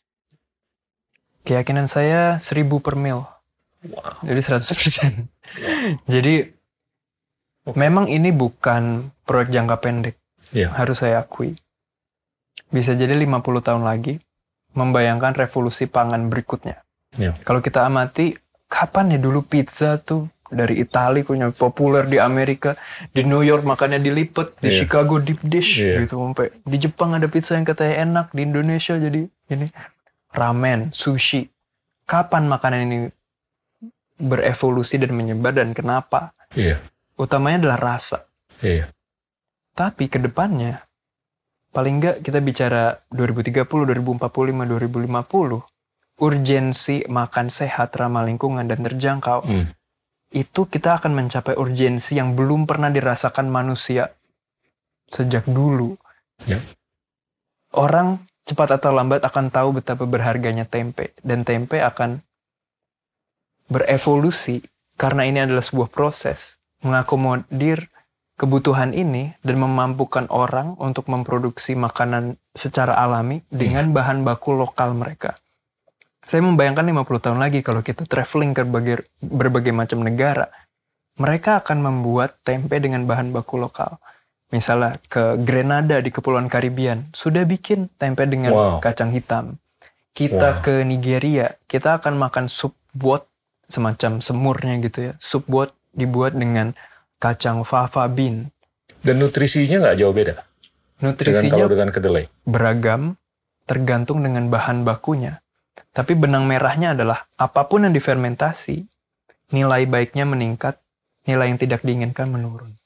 Keyakinan saya seribu per mil. Wow. Jadi seratus persen. Jadi memang ini bukan proyek jangka pendek. Iya. Harus saya akui. Bisa jadi lima puluh tahun lagi membayangkan revolusi pangan berikutnya. Iya. Kalau kita amati, kapan ya dulu pizza tuh dari Italia punya populer di Amerika, di New York makannya dilipat, di Iya. Chicago deep dish Iya. gitu sampai di Jepang ada pizza yang katanya enak, di Indonesia jadi ini ramen, sushi. Kapan makanan ini berevolusi dan menyebar dan kenapa? Iya. Utamanya adalah rasa. Iya. Tapi ke depannya paling nggak kita bicara dua ribu tiga puluh, dua ribu empat puluh lima, dua ribu lima puluh, urgensi makan sehat, ramah lingkungan dan terjangkau. Hmm. Itu kita akan mencapai urgensi yang belum pernah dirasakan manusia sejak dulu. Ya. Orang cepat atau lambat akan tahu betapa berharganya tempe. Dan tempe akan berevolusi karena ini adalah sebuah proses mengakomodir kebutuhan ini dan memampukan orang untuk memproduksi makanan secara alami dengan bahan baku lokal mereka. Saya membayangkan lima puluh tahun lagi kalau kita traveling ke berbagai, berbagai macam negara, mereka akan membuat tempe dengan bahan baku lokal. Misalnya ke Grenada di Kepulauan Karibian, sudah bikin tempe dengan Wow. kacang hitam. Kita Wow. ke Nigeria, kita akan makan sup bot, semacam semurnya gitu ya. Sup bot dibuat dengan kacang fava bean. Dan nutrisinya nggak jauh beda dengan Nutrisinya kalau dengan kedelai. beragam, tergantung dengan bahan bakunya. Tapi benang merahnya adalah apapun yang difermentasi, nilai baiknya meningkat, nilai yang tidak diinginkan menurun.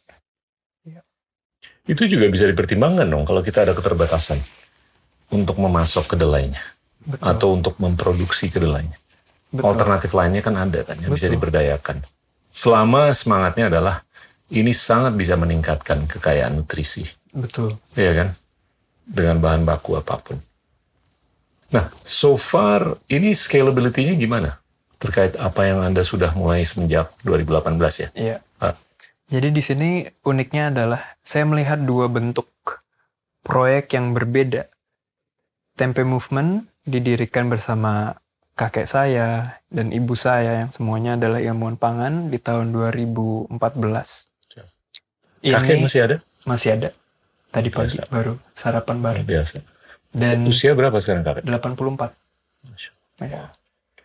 Itu juga bisa dipertimbangkan dong kalau kita ada keterbatasan untuk memasok kedelainya Betul. atau untuk memproduksi kedelainya. Betul. Alternatif lainnya kan ada kan yang bisa Betul. diberdayakan. Selama semangatnya adalah ini sangat bisa meningkatkan kekayaan nutrisi, Betul. ya kan? Dengan bahan baku apapun. Nah, so far ini scalability-nya gimana? Terkait apa yang Anda sudah mulai semenjak dua ribu delapan belas ya? Iya. Ah. Jadi di sini uniknya adalah saya melihat dua bentuk proyek yang berbeda. Tempe Movement didirikan bersama kakek saya dan ibu saya yang semuanya adalah ilmuwan pangan di tahun dua ribu empat belas. Kakek Ini masih ada? masih ada. Tadi pagi Biasa. baru sarapan bareng. Biasa. Dan Usia berapa sekarang kakek? delapan puluh empat. Ya. Oke.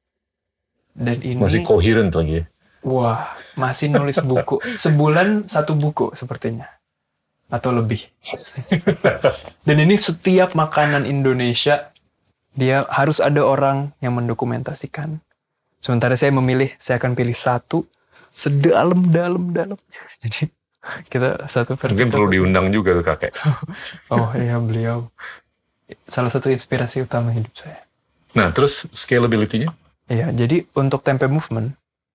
Dan ini Masih coherent lagi ya? wah, masih nulis buku. Sebulan satu buku sepertinya. Atau lebih. Dan ini setiap makanan Indonesia, dia harus ada orang yang mendokumentasikan. Sementara saya memilih, saya akan pilih satu sedalam-dalam-dalam. Jadi kita satu versi. Mungkin perlu diundang juga tuh kakek. Oh iya, beliau salah satu inspirasi utama hidup saya. Nah, terus scalability-nya? Iya, jadi untuk Tempe Movement,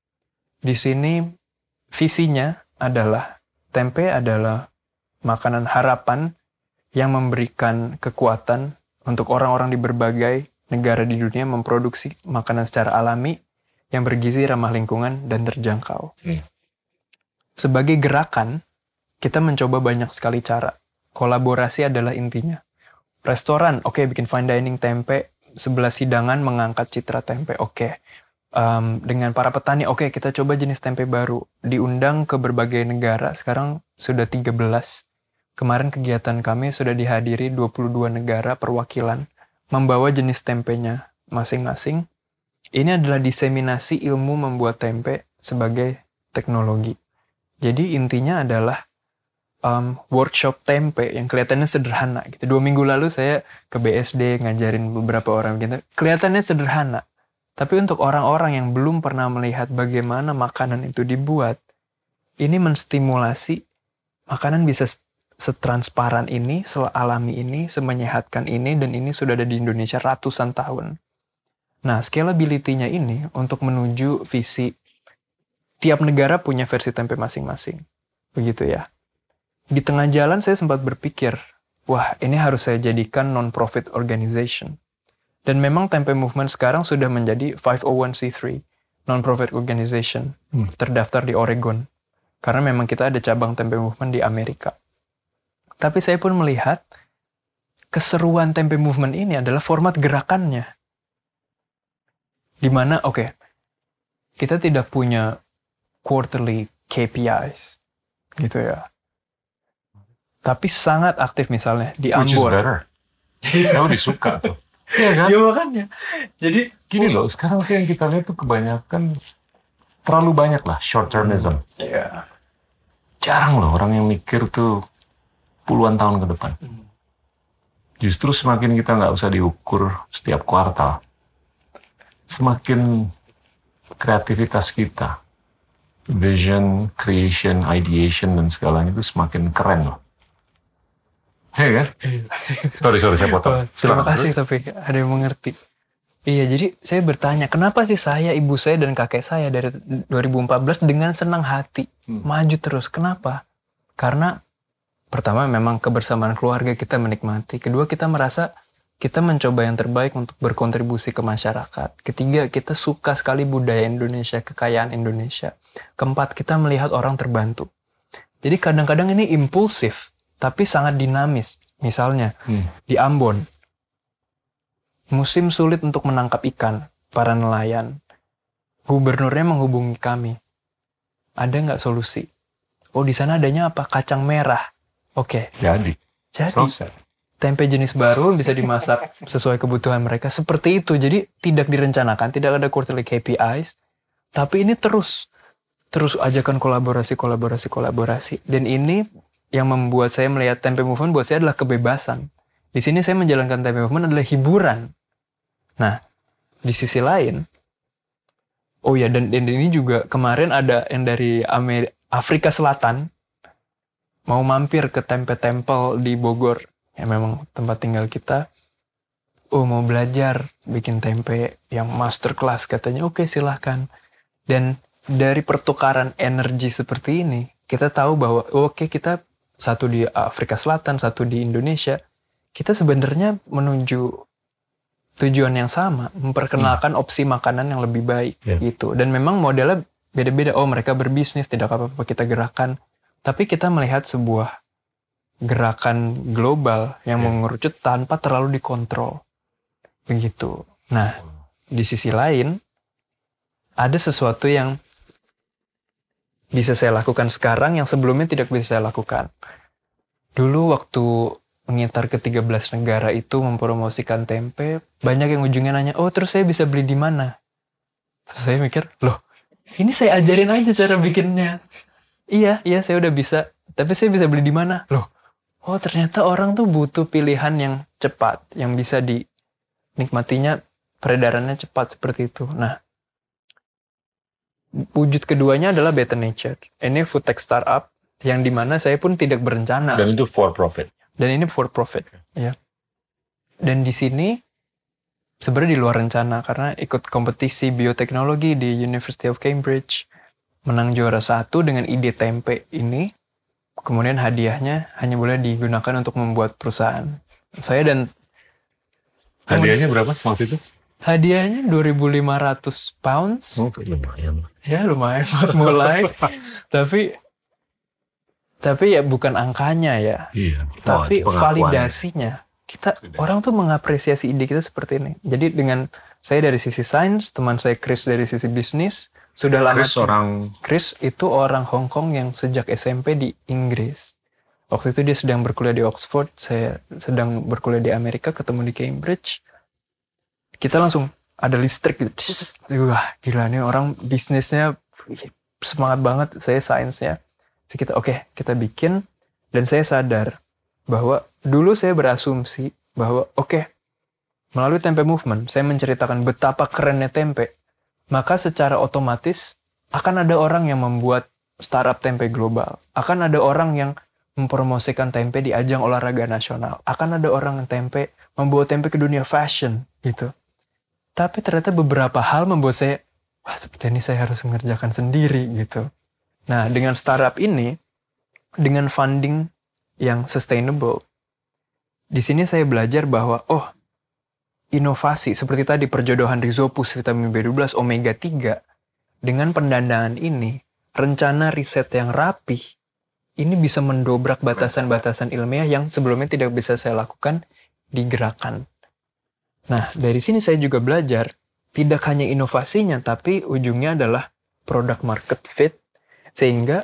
di sini visinya adalah tempe adalah makanan harapan yang memberikan kekuatan untuk orang-orang di berbagai negara di dunia memproduksi makanan secara alami yang bergizi, ramah lingkungan, dan terjangkau. Hmm. Sebagai gerakan, kita mencoba banyak sekali cara. Kolaborasi adalah intinya. Restoran, oke, bikin fine dining tempe. Sebelah hidangan mengangkat citra tempe, oke. Um, dengan para petani, oke, kita coba jenis tempe baru. Diundang ke berbagai negara, sekarang sudah tiga belas. Kemarin kegiatan kami sudah dihadiri dua puluh dua negara perwakilan, membawa jenis tempenya masing-masing. Ini adalah diseminasi ilmu membuat tempe sebagai teknologi. Jadi intinya adalah um, workshop tempe yang kelihatannya sederhana. Gitu. Dua minggu lalu saya ke B S D ngajarin beberapa orang gitu. Kelihatannya sederhana. Tapi untuk orang-orang yang belum pernah melihat bagaimana makanan itu dibuat, ini menstimulasi makanan bisa setransparan ini, sealami ini, semenyehatkan ini, dan ini sudah ada di Indonesia ratusan tahun. Nah, scalability-nya ini untuk menuju visi tiap negara punya versi tempe masing-masing. Begitu ya. Di tengah jalan saya sempat berpikir, wah ini harus saya jadikan non-profit organization. Dan memang Tempe Movement sekarang sudah menjadi lima oh one c three, non-profit organization, Hmm. terdaftar di Oregon. Karena memang kita ada cabang Tempe Movement di Amerika. Tapi saya pun melihat keseruan Tempe Movement ini adalah format gerakannya. Dimana, oke, okay, kita tidak punya quarterly K P Is, gitu ya. Tapi sangat aktif misalnya di Which is Ambon. better. Saya lebih suka tuh. Iya kan? Ya makanya. Jadi Gini loh, sekarang yang kita lihat tuh kebanyakan terlalu banyak lah short termism. ya, Jarang loh orang yang mikir tuh puluhan tahun ke depan. Justru semakin kita nggak usah diukur setiap kuartal, semakin kreativitas kita, vision, creation, ideation, dan segalanya itu semakin keren loh. Iya kan? Sorry, sorry, saya potong. Wah, terima Silakan, kasih terus. tapi ada yang mengerti. Iya, jadi saya bertanya, kenapa sih saya, ibu saya, dan kakek saya dari dua ribu empat belas dengan senang hati Hmm. maju terus? Kenapa? Karena pertama memang kebersamaan keluarga kita menikmati. Kedua, kita merasa kita mencoba yang terbaik untuk berkontribusi ke masyarakat. Ketiga, kita suka sekali budaya Indonesia, kekayaan Indonesia. Keempat, kita melihat orang terbantu. Jadi kadang-kadang ini impulsif, tapi sangat dinamis. Misalnya, Hmm. di Ambon, musim sulit untuk menangkap ikan, para nelayan. Gubernurnya menghubungi kami. Ada nggak solusi? Oh, di sana adanya apa? Kacang merah. Oke, Jadi, jadi selesai. tempe jenis baru bisa dimasak sesuai kebutuhan mereka. Seperti itu. Jadi tidak direncanakan, tidak ada quarterly K P Is. Tapi ini terus, terus ajakan kolaborasi, kolaborasi, kolaborasi. Dan ini yang membuat saya melihat Tempe Movement buat saya adalah kebebasan. Di sini saya menjalankan Tempe Movement adalah hiburan. Nah, di sisi lain, oh ya, dan, dan ini juga kemarin ada yang dari Amer- Afrika Selatan mau mampir ke Tempe Temple di Bogor, yang memang tempat tinggal kita. Oh, mau belajar bikin tempe yang masterclass katanya. Oke, silahkan. Dan dari pertukaran energi seperti ini, kita tahu bahwa oke, kita satu di Afrika Selatan, satu di Indonesia, kita sebenarnya menuju tujuan yang sama, memperkenalkan opsi makanan yang lebih baik Yeah. gitu. Dan memang modelnya beda-beda. Oh, mereka berbisnis, tidak apa-apa kita gerakan. Tapi kita melihat sebuah gerakan global yang Yeah. mengerucut tanpa terlalu dikontrol. Begitu. Nah, di sisi lain, ada sesuatu yang bisa saya lakukan sekarang yang sebelumnya tidak bisa saya lakukan. Dulu waktu mengitar ke tiga belas negara itu mempromosikan tempe, banyak yang ujungnya nanya, oh terus saya bisa beli di mana? Terus saya mikir, loh ini saya ajarin aja cara bikinnya. Iya, iya saya udah bisa, tapi saya bisa beli di mana? Loh, oh ternyata orang tuh butuh pilihan yang cepat, yang bisa dinikmatinya, peredarannya cepat seperti itu. Nah, wujud keduanya adalah Better Nature. Ini food tech startup yang dimana saya pun tidak berencana. Dan itu for profit. Dan ini for profit, ya. Dan di sini sebenarnya di luar rencana karena ikut kompetisi bioteknologi di University of Cambridge, menang juara satu dengan ide tempe ini. Kemudian hadiahnya hanya boleh digunakan untuk membuat perusahaan. Saya dan Hadiahnya berapa waktu itu? hadiahnya dua ribu lima ratus pounds. Oh, lumayan. Ya lumayan buat mulai. tapi tapi ya bukan angkanya ya. Iya. Tapi Oh, pengakuan. validasinya. Kita orang tuh mengapresiasi ide kita seperti ini. Jadi dengan saya dari sisi sains, teman saya Chris dari sisi bisnis, sudah lama. Chris orang Chris itu orang Hong Kong yang sejak S M P di Inggris. Waktu itu dia sedang berkuliah di Oxford, saya sedang berkuliah di Amerika, ketemu di Cambridge. Kita langsung ada listrik gitu. Wah, gila nih orang bisnisnya semangat banget, saya sainsnya. Jadi kita oke, okay, kita bikin, dan saya sadar bahwa dulu saya berasumsi bahwa oke, okay, melalui Tempe Movement saya menceritakan betapa kerennya tempe, maka secara otomatis akan ada orang yang membuat startup tempe global, akan ada orang yang mempromosikan tempe di ajang olahraga nasional, akan ada orang yang tempe membawa tempe ke dunia fashion gitu. Tapi ternyata beberapa hal membuat saya, wah seperti ini saya harus mengerjakan sendiri gitu. Nah, dengan startup ini, dengan funding yang sustainable, di sini saya belajar bahwa, oh, inovasi seperti tadi perjodohan Rhizopus, vitamin B dua belas, omega tiga, dengan pendanaan ini, rencana riset yang rapih, ini bisa mendobrak batasan-batasan ilmiah yang sebelumnya tidak bisa saya lakukan di gerakan. Nah, dari sini saya juga belajar, tidak hanya inovasinya, tapi ujungnya adalah product market fit, sehingga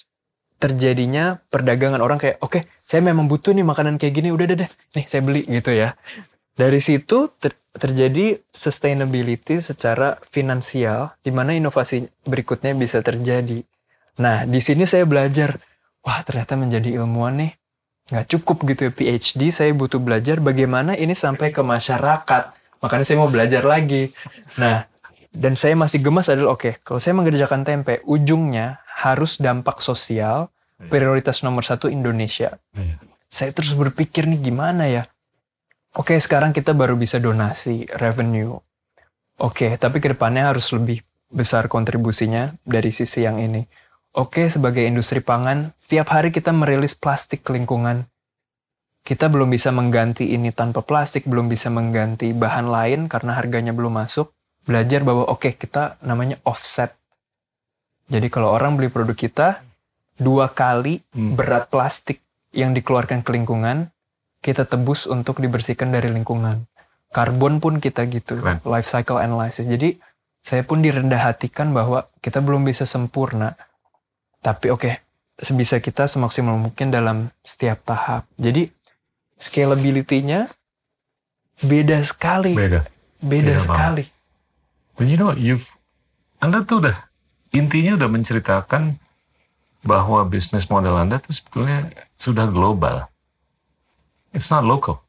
terjadinya perdagangan orang kayak, oke, okay, saya memang butuh nih makanan kayak gini, udah deh, nih saya beli gitu ya. Dari situ ter- terjadi sustainability secara finansial, di mana inovasi berikutnya bisa terjadi. Nah, di sini saya belajar, wah ternyata menjadi ilmuwan nih, nggak cukup gitu ya P H D, saya butuh belajar bagaimana ini sampai ke masyarakat. Makanya saya mau belajar lagi. Nah, dan saya masih gemas adalah, oke, okay, kalau saya mengerjakan tempe, ujungnya harus dampak sosial, prioritas nomor satu Indonesia. Hmm. Saya terus berpikir nih gimana ya? Oke, okay, sekarang kita baru bisa donasi, revenue. Oke, okay, tapi kedepannya harus lebih besar kontribusinya dari sisi yang ini. Oke, sebagai industri pangan, tiap hari kita merilis plastik ke lingkungan. Kita belum bisa mengganti ini tanpa plastik, belum bisa mengganti bahan lain karena harganya belum masuk. Belajar bahwa oke, okay, kita namanya offset. Jadi kalau orang beli produk kita, dua kali Hmm. berat plastik yang dikeluarkan ke lingkungan, kita tebus untuk dibersihkan dari lingkungan. Karbon pun kita gitu, Keren. life cycle analysis. Jadi saya pun direndah hatikan bahwa kita belum bisa sempurna. Tapi oke, sebisa kita semaksimal mungkin dalam setiap tahap. Jadi scalability-nya beda sekali. Beda. Beda Beda sekali. But you know, you've, Anda tuh udah, intinya udah menceritakan bahwa bisnis model Anda tuh sebetulnya sudah global. It's not local.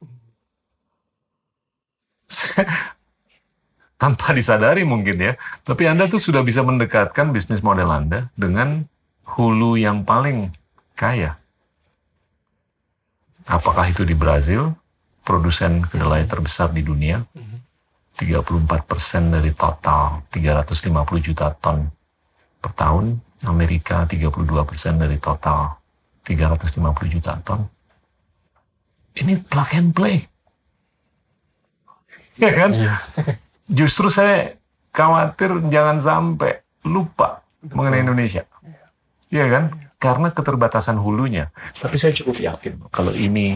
Tanpa disadari mungkin ya, tapi Anda tuh sudah bisa mendekatkan bisnis model Anda dengan hulu yang paling kaya. Apakah itu di Brazil, produsen kedelai terbesar di dunia, tiga puluh empat persen dari total tiga ratus lima puluh juta ton per tahun. Amerika tiga puluh dua persen dari total tiga ratus lima puluh juta ton. Ini plug and play. Ya kan? Iya. Justru saya khawatir jangan sampai lupa mengenai Indonesia. Iya kan? Karena keterbatasan hulunya. Tapi saya cukup yakin kalau ini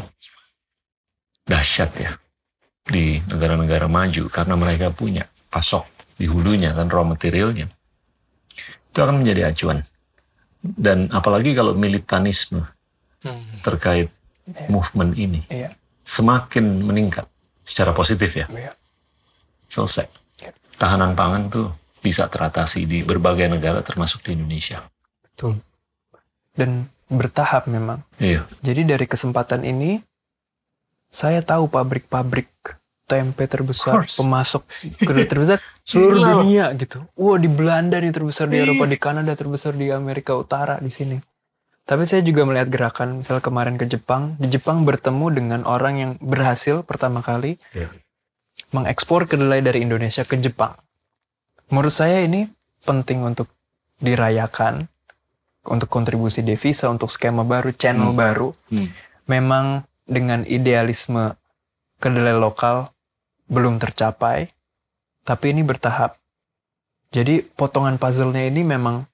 dahsyat ya di negara-negara maju karena mereka punya pasok di hulunya kan, raw materialnya. Itu akan menjadi acuan. Dan apalagi kalau militanisme Hmm. terkait Iya. movement ini Iya. semakin meningkat secara positif ya. Iya. Selesai. Iya. Tahanan pangan tuh bisa teratasi di berbagai negara termasuk di Indonesia. Betul. Dan bertahap memang. Iya. Jadi dari kesempatan ini, saya tahu pabrik-pabrik tempe terbesar, Of course. pemasok kedelai terbesar seluruh Gila loh. dunia gitu. Wah, di Belanda nih terbesar, di Iya. Eropa, di Kanada terbesar, di Amerika Utara, di sini. Tapi saya juga melihat gerakan, misal kemarin ke Jepang, di Jepang bertemu dengan orang yang berhasil pertama kali Iya. mengekspor kedelai dari Indonesia ke Jepang. Menurut saya ini penting untuk dirayakan, untuk kontribusi devisa, untuk skema baru, channel Hmm. baru. Hmm. Memang dengan idealisme kedelai lokal belum tercapai, tapi ini bertahap. Jadi potongan puzzle-nya ini memang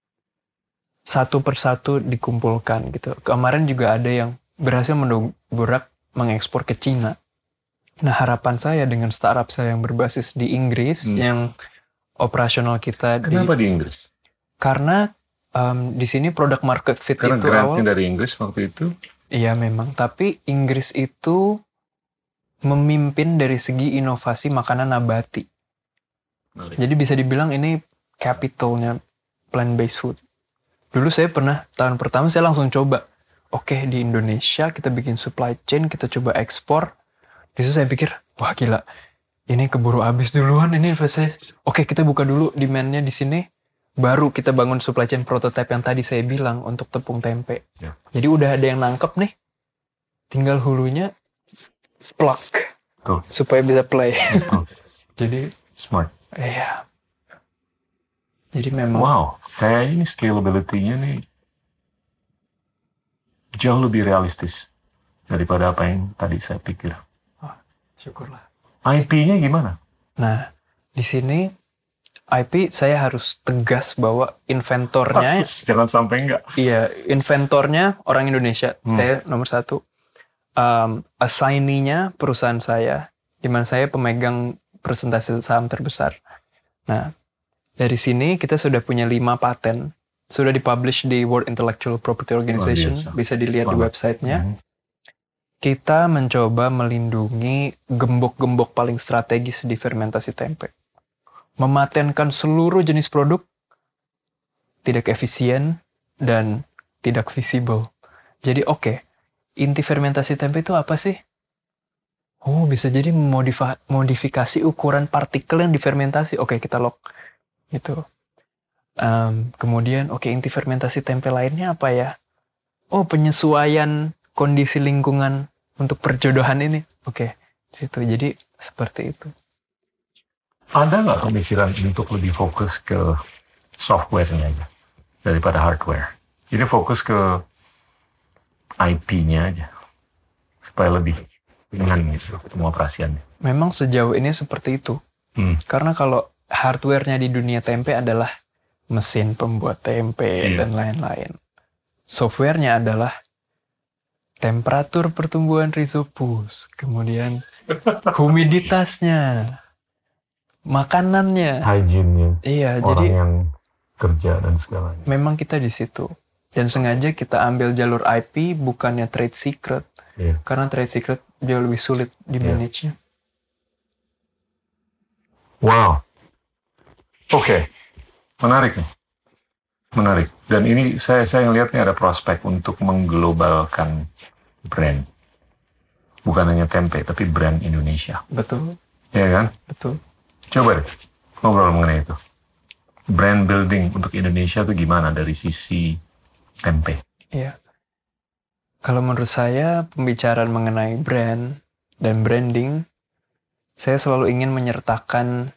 satu persatu dikumpulkan gitu. Kemarin juga ada yang berhasil mendobrak mengekspor ke Cina. Nah, harapan saya dengan startup saya yang berbasis di Inggris, Hmm. yang operasional kita di, Kenapa di Inggris? karena em, di sini product market fit Karena itu awal, grantnya dari Inggris waktu itu. iya memang. Tapi Inggris itu memimpin dari segi inovasi makanan nabati. Jadi bisa dibilang ini capitalnya plant-based food. Dulu saya pernah, tahun pertama saya langsung coba. Oke, di Indonesia kita bikin supply chain, kita coba ekspor. Di situ saya pikir, wah gila, ini keburu habis duluan, ini investasi. Oke, kita buka dulu demand-nya di sini. Baru kita bangun supply chain prototype yang tadi saya bilang untuk tepung tempe. Ya. Jadi udah ada yang nangkep nih. Tinggal hulunya plug. Tuh. Supaya bisa play. Oh, Jadi, smart. iya. Jadi memang Wow, kayak ini scalability-nya nih jauh lebih realistis daripada apa yang tadi saya pikir. syukurlah. I P-nya gimana? Nah, di sini I P saya harus tegas bahwa inventornya, Jangan sampai enggak. iya, inventornya orang Indonesia. Hmm. Saya nomor satu. Um, assignee-nya perusahaan saya, di mana saya pemegang persentase saham terbesar. Nah, dari sini kita sudah punya lima paten, sudah dipublish di World Intellectual Property Organization, biasa. bisa dilihat di Selamat. websitenya. Mhm. Kita mencoba melindungi gembok-gembok paling strategis di fermentasi tempe. Mematenkan seluruh jenis produk, tidak efisien, dan tidak visible. Jadi oke, inti fermentasi tempe itu apa sih? Oh, bisa jadi memodifa- modifikasi ukuran partikel yang difermentasi. Oke, kita lock. Gitu. Um, kemudian, oke, inti fermentasi tempe lainnya apa ya? Oh, penyesuaian kondisi lingkungan untuk perjodohan ini. Oke, situ. Jadi seperti itu. Ada nggak pemikiran untuk lebih fokus ke software-nya aja daripada hardware? Jadi fokus ke I P-nya aja supaya lebih ringan gitu pengoperasiannya. Memang sejauh ini seperti itu. Hmm. Karena kalau hardware-nya di dunia tempe adalah mesin pembuat tempe Iya. dan lain-lain. softwarenya adalah temperatur pertumbuhan rhizopus, kemudian humiditasnya, makanannya, hygiene-nya, iya, orang jadi yang kerja dan segalanya. memang kita di situ. Dan sengaja kita ambil jalur I P bukannya trade secret. Iya. Karena trade secret jauh lebih sulit di Iya. manage-nya. Wow. Oke. Menarik nih. Menarik. Dan ini saya saya ngelihat nih ada prospek untuk mengglobalkan brand. Bukan hanya tempe, tapi brand Indonesia. Betul, Iya kan? betul. Coba deh ngobrol mengenai itu. Brand building untuk Indonesia itu gimana dari sisi tempe? Iya. Kalau menurut saya, pembicaraan mengenai brand dan branding, saya selalu ingin menyertakan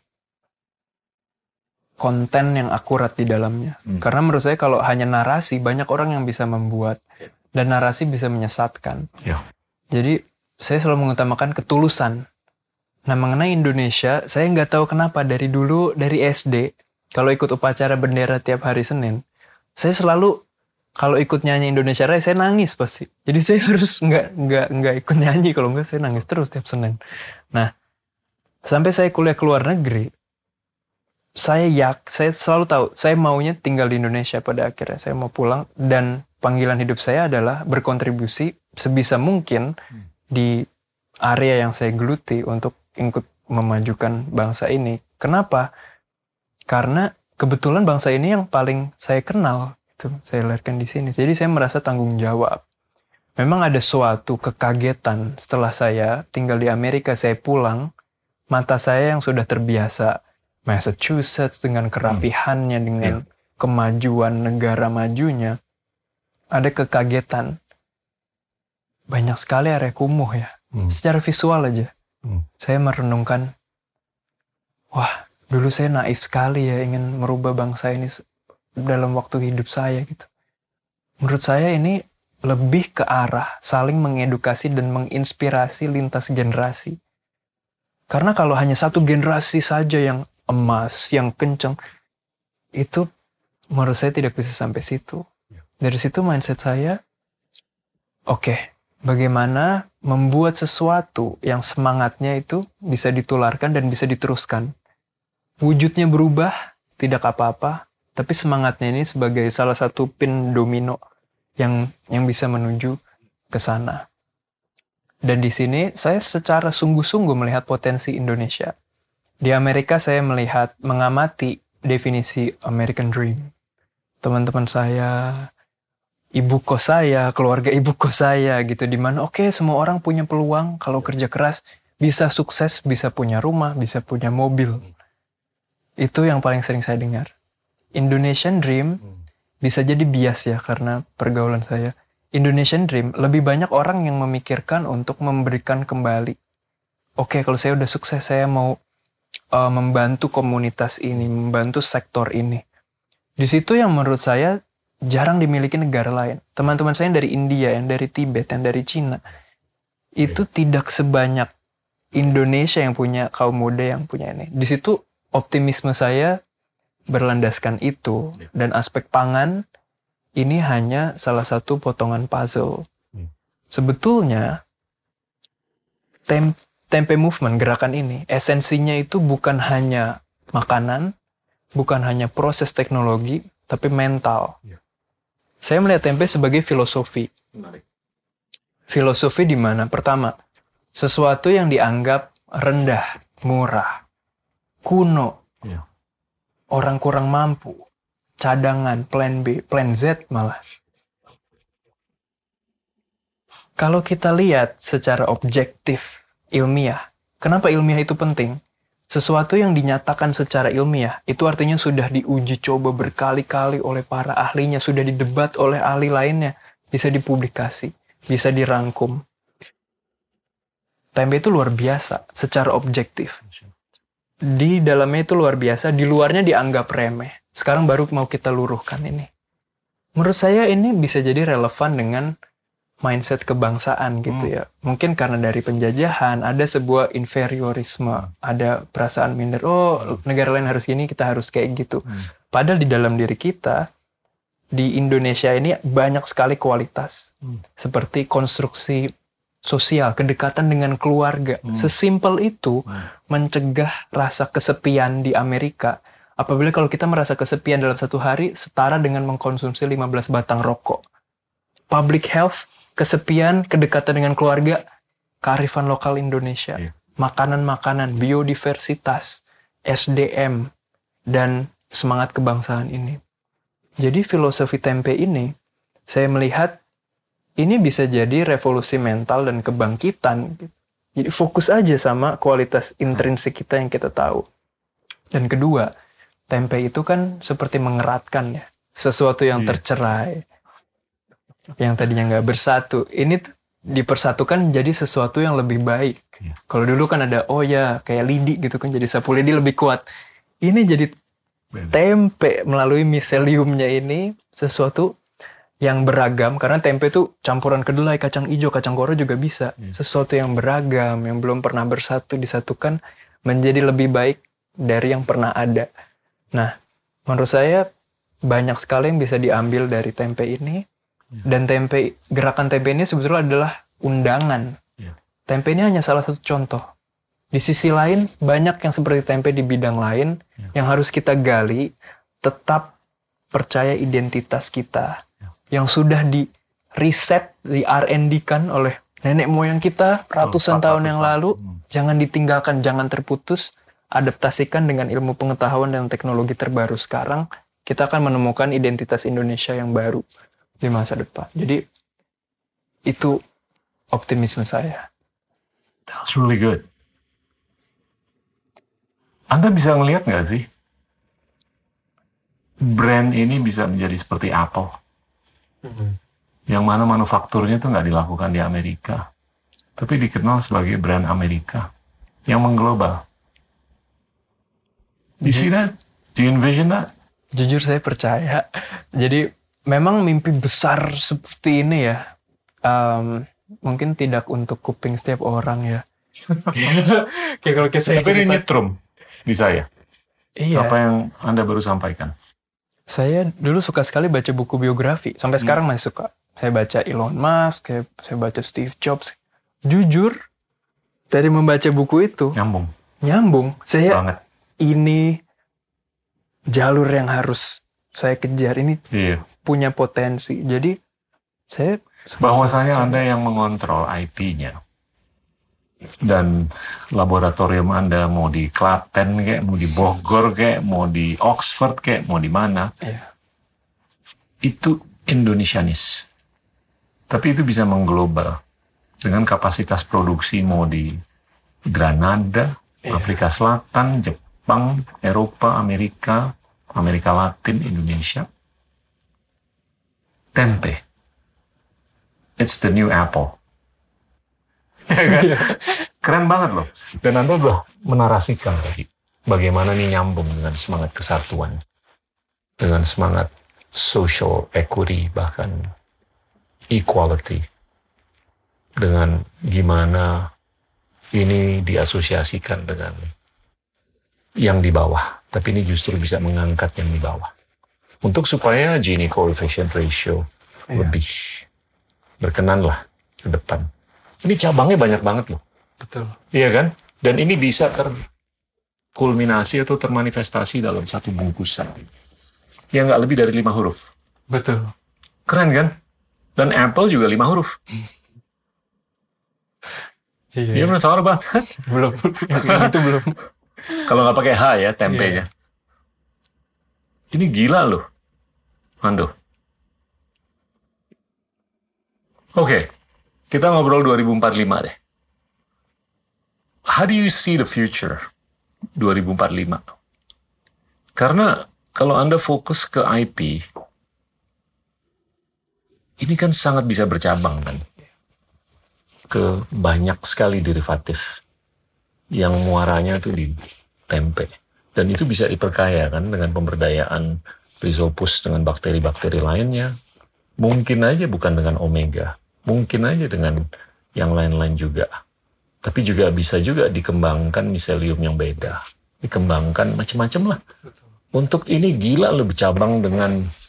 konten yang akurat di dalamnya. Hmm. Karena menurut saya kalau hanya narasi, banyak orang yang bisa membuat. Dan narasi bisa menyesatkan. Ya. Jadi, saya selalu mengutamakan ketulusan. Nah, mengenai Indonesia, saya nggak tahu kenapa dari dulu, dari S D, kalau ikut upacara bendera tiap hari Senin, saya selalu, kalau ikut nyanyi Indonesia Raya, saya nangis pasti. Jadi saya harus nggak nggak nggak ikut nyanyi, kalau nggak saya nangis terus tiap Senin. Nah, sampai saya kuliah ke luar negeri, saya yak, saya selalu tahu, saya maunya tinggal di Indonesia pada akhirnya. Saya mau pulang, dan panggilan hidup saya adalah berkontribusi sebisa mungkin di area yang saya geluti untuk ikut memajukan bangsa ini. Kenapa? Karena kebetulan bangsa ini yang paling saya kenal, itu saya lahirkan di sini. Jadi saya merasa tanggung jawab. Memang ada suatu kekagetan setelah saya tinggal di Amerika, saya pulang, mata saya yang sudah terbiasa Massachusetts dengan kerapihannya, dengan kemajuan negara majunya, ada kekagetan. Banyak sekali area kumuh ya. Hmm. Secara visual aja. Hmm. Saya merenungkan, wah, dulu saya naif sekali ya ingin merubah bangsa ini dalam waktu hidup saya gitu. Menurut saya ini lebih ke arah saling mengedukasi dan menginspirasi lintas generasi. Karena kalau hanya satu generasi saja yang emas, yang kenceng, itu menurut saya tidak bisa sampai situ. Dari situ mindset saya, oke, okay, bagaimana membuat sesuatu yang semangatnya itu bisa ditularkan dan bisa diteruskan. Wujudnya berubah, tidak apa-apa, tapi semangatnya ini sebagai salah satu pin domino yang yang bisa menuju ke sana. Dan di sini saya secara sungguh-sungguh melihat potensi Indonesia. Di Amerika saya melihat, mengamati definisi American Dream. Teman-teman saya, ibu kos saya, keluarga ibu kos saya gitu, di mana oke okay, semua orang punya peluang kalau kerja keras bisa sukses, bisa punya rumah, bisa punya mobil. Itu yang paling sering saya dengar. Indonesian Dream bisa jadi bias ya karena pergaulan saya. Indonesian Dream lebih banyak orang yang memikirkan untuk memberikan kembali. Oke, okay, kalau saya udah sukses, saya mau uh, membantu komunitas ini, membantu sektor ini. Di situ yang menurut saya jarang dimiliki negara lain. Teman-teman saya yang dari India, yang dari Tibet, yang dari Cina, itu tidak sebanyak Indonesia yang punya kaum muda yang punya ini. Di situ optimisme saya berlandaskan itu, dan aspek pangan ini hanya salah satu potongan puzzle. Sebetulnya tem- tempe movement, gerakan ini, esensinya itu bukan hanya makanan, bukan hanya proses teknologi, tapi mental. Saya melihat tempe sebagai filosofi. Menarik. Filosofi di mana? Pertama, sesuatu yang dianggap rendah, murah, kuno, Ya. orang kurang mampu, cadangan, plan B, plan Z malah. Kalau kita lihat secara objektif, ilmiah, kenapa ilmiah itu penting? Sesuatu yang dinyatakan secara ilmiah, itu artinya sudah diuji coba berkali-kali oleh para ahlinya, sudah didebat oleh ahli lainnya, bisa dipublikasi, bisa dirangkum. Tempe itu luar biasa secara objektif. Di dalamnya itu luar biasa, di luarnya dianggap remeh. Sekarang baru mau kita luruhkan ini. Menurut saya ini bisa jadi relevan dengan mindset kebangsaan gitu Hmm. ya. Mungkin karena dari penjajahan ada sebuah inferiorisme, ada perasaan minder. Oh, negara lain harus gini, kita harus kayak gitu. Hmm. Padahal di dalam diri kita di Indonesia ini banyak sekali kualitas. Hmm. Seperti konstruksi sosial, kedekatan dengan keluarga. Hmm. Sesimpel itu Hmm. mencegah rasa kesepian di Amerika. Apabila kalau kita merasa kesepian dalam satu hari, setara dengan mengkonsumsi lima belas batang rokok. Public health, kesepian, kedekatan dengan keluarga, kearifan lokal Indonesia. Yeah. Makanan-makanan, biodiversitas, S D M, dan semangat kebangsaan ini. Jadi filosofi tempe ini, saya melihat ini bisa jadi revolusi mental dan kebangkitan. Jadi fokus aja sama kualitas intrinsik kita yang kita tahu. Dan kedua, tempe itu kan seperti mengeratkan ya. Sesuatu yang Iya. tercerai. Yang tadinya nggak bersatu. Ini tuh dipersatukan jadi sesuatu yang lebih baik. Iya. Kalau dulu kan ada, oh ya kayak lidi gitu kan, jadi sapu lidi lebih kuat. Ini jadi Beda. tempe melalui miseliumnya ini sesuatu yang beragam, karena tempe itu campuran kedelai, kacang hijau, kacang koro juga bisa. Hmm. Sesuatu yang beragam, yang belum pernah bersatu, disatukan menjadi lebih baik dari yang pernah ada. Nah, menurut saya banyak sekali yang bisa diambil dari tempe ini. Dan tempe, gerakan tempe ini sebetulnya adalah undangan. Yeah. Tempe ini hanya salah satu contoh. Di sisi lain, banyak yang seperti tempe di bidang lain Yeah. yang harus kita gali, tetap percaya identitas kita. Yeah. Yang sudah di riset, di R and D-kan oleh nenek moyang kita ratusan empat ratus tahun yang tahun. lalu. Hmm. Jangan ditinggalkan, jangan terputus. Adaptasikan dengan ilmu pengetahuan dan teknologi terbaru sekarang. Kita akan menemukan identitas Indonesia yang baru di masa depan. Jadi itu optimisme saya. That's really good. Anda bisa ngelihat nggak sih, brand ini bisa menjadi seperti Apple, yang mana manufakturnya tuh nggak dilakukan di Amerika, tapi dikenal sebagai brand Amerika yang mengglobal. Do you see that? Do you envision that? Jujur saya percaya. Jadi memang mimpi besar seperti ini ya, um, mungkin tidak untuk kuping setiap orang ya. Kayak kalau kita saya Tapi ini cerita, nyetrum di saya. iya. Apa yang Anda baru sampaikan? Saya dulu suka sekali baca buku biografi. Sampai Hmm. sekarang masih suka. Saya baca Elon Musk, saya, saya baca Steve Jobs. Jujur, dari membaca buku itu, Nyambung nyambung. Saya, banget. ini jalur yang harus saya kejar. Ini Iya. punya potensi. Jadi, saya... Bahwasanya Anda yang mengontrol I P-nya. Dan laboratorium Anda mau di Klaten kayak, mau di Bogor kayak, mau di Oxford kayak, mau di mana. Iya. Itu Indonesianis. Tapi itu bisa mengglobal. Dengan kapasitas produksi mau di Granada, Iya. Afrika Selatan, Jepang, Eropa, Amerika, Amerika Latin, Indonesia. Tempe. It's the new Apple. Keren banget loh. Dan Anda udah menarasikan tadi bagaimana nih nyambung dengan semangat kesatuan, dengan semangat social equity, bahkan equality, dengan gimana ini diasosiasikan dengan yang di bawah, tapi ini justru bisa mengangkat yang di bawah. Untuk supaya Gini coefficient ratio Iya. lebih berkenan lah ke depan. Ini cabangnya banyak banget loh. Betul. Iya kan? Dan ini bisa terkulminasi atau termanifestasi dalam satu bungkusan yang nggak lebih dari lima huruf. Betul. Keren kan? Dan Apple juga lima huruf. Iya. Iya, pernah salah banget. Belum. Yang itu belum. Kalau nggak pakai H ya, tempenya. Ini gila loh, Mando. Oke, kita ngobrol dua ribu empat puluh lima deh. How do you see the future dua ribu empat puluh lima? Karena kalau Anda fokus ke I P, ini kan sangat bisa bercabang kan, ke banyak sekali derivatif yang muaranya tuh di tempe. Dan itu bisa diperkaya kan dengan pemberdayaan Rhizopus dengan bakteri-bakteri lainnya. Mungkin aja bukan dengan omega, mungkin aja dengan yang lain-lain juga. Tapi juga bisa juga dikembangkan miselium yang beda, dikembangkan macam-macam lah. Untuk ini gila loh bercabang dengan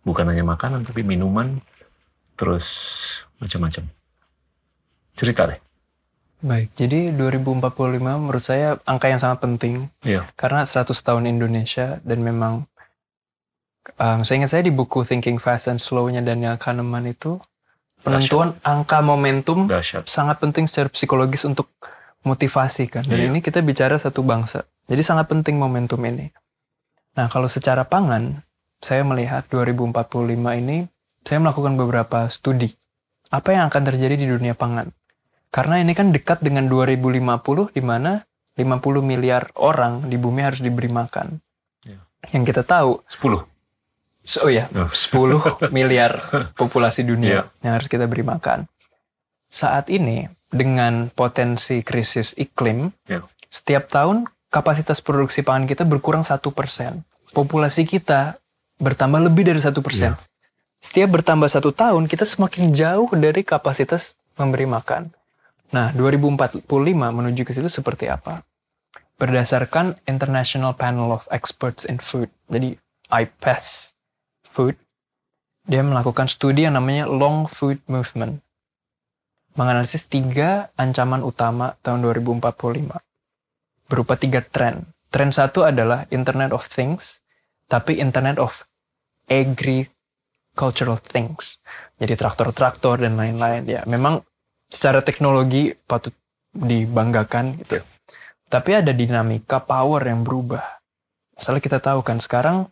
Bukan hanya makanan, tapi minuman, terus macam-macam. Cerita deh. Baik, jadi dua ribu empat puluh lima menurut saya angka yang sangat penting. Iya. Karena seratus tahun Indonesia dan memang um, saya ingat saya di buku Thinking Fast and Slow-nya Daniel Kahneman itu penentuan Dahsyat. Angka momentum Dahsyat. sangat penting secara psikologis untuk motivasi kan. Dan Iya. ini kita bicara satu bangsa. Jadi sangat penting momentum ini. Nah, kalau secara pangan, saya melihat dua ribu empat puluh lima ini saya melakukan beberapa studi. Apa yang akan terjadi di dunia pangan? Karena ini kan dekat dengan dua ribu lima puluh di mana lima puluh miliar orang di bumi harus diberi makan. Ya. Yang kita tahu sepuluh. Oh ya, Oh. sepuluh miliar populasi dunia Ya. yang harus kita beri makan. Saat ini dengan potensi krisis iklim, Ya. setiap tahun kapasitas produksi pangan kita berkurang satu persen. Populasi kita bertambah lebih dari satu persen. Ya. Setiap bertambah satu tahun, kita semakin jauh dari kapasitas memberi makan. Nah, dua ribu empat puluh lima menuju ke situ seperti apa? Berdasarkan International Panel of Experts in Food, jadi I P E S Food, dia melakukan studi yang namanya Long Food Movement. Menganalisis tiga ancaman utama tahun dua ribu empat puluh lima. Berupa tiga tren. Tren satu adalah Internet of Things, tapi Internet of Agricultural Things. Jadi traktor-traktor dan lain-lain. Ya, memang secara teknologi patut dibanggakan gitu. Tapi ada dinamika power yang berubah. Misalnya kita tahu kan sekarang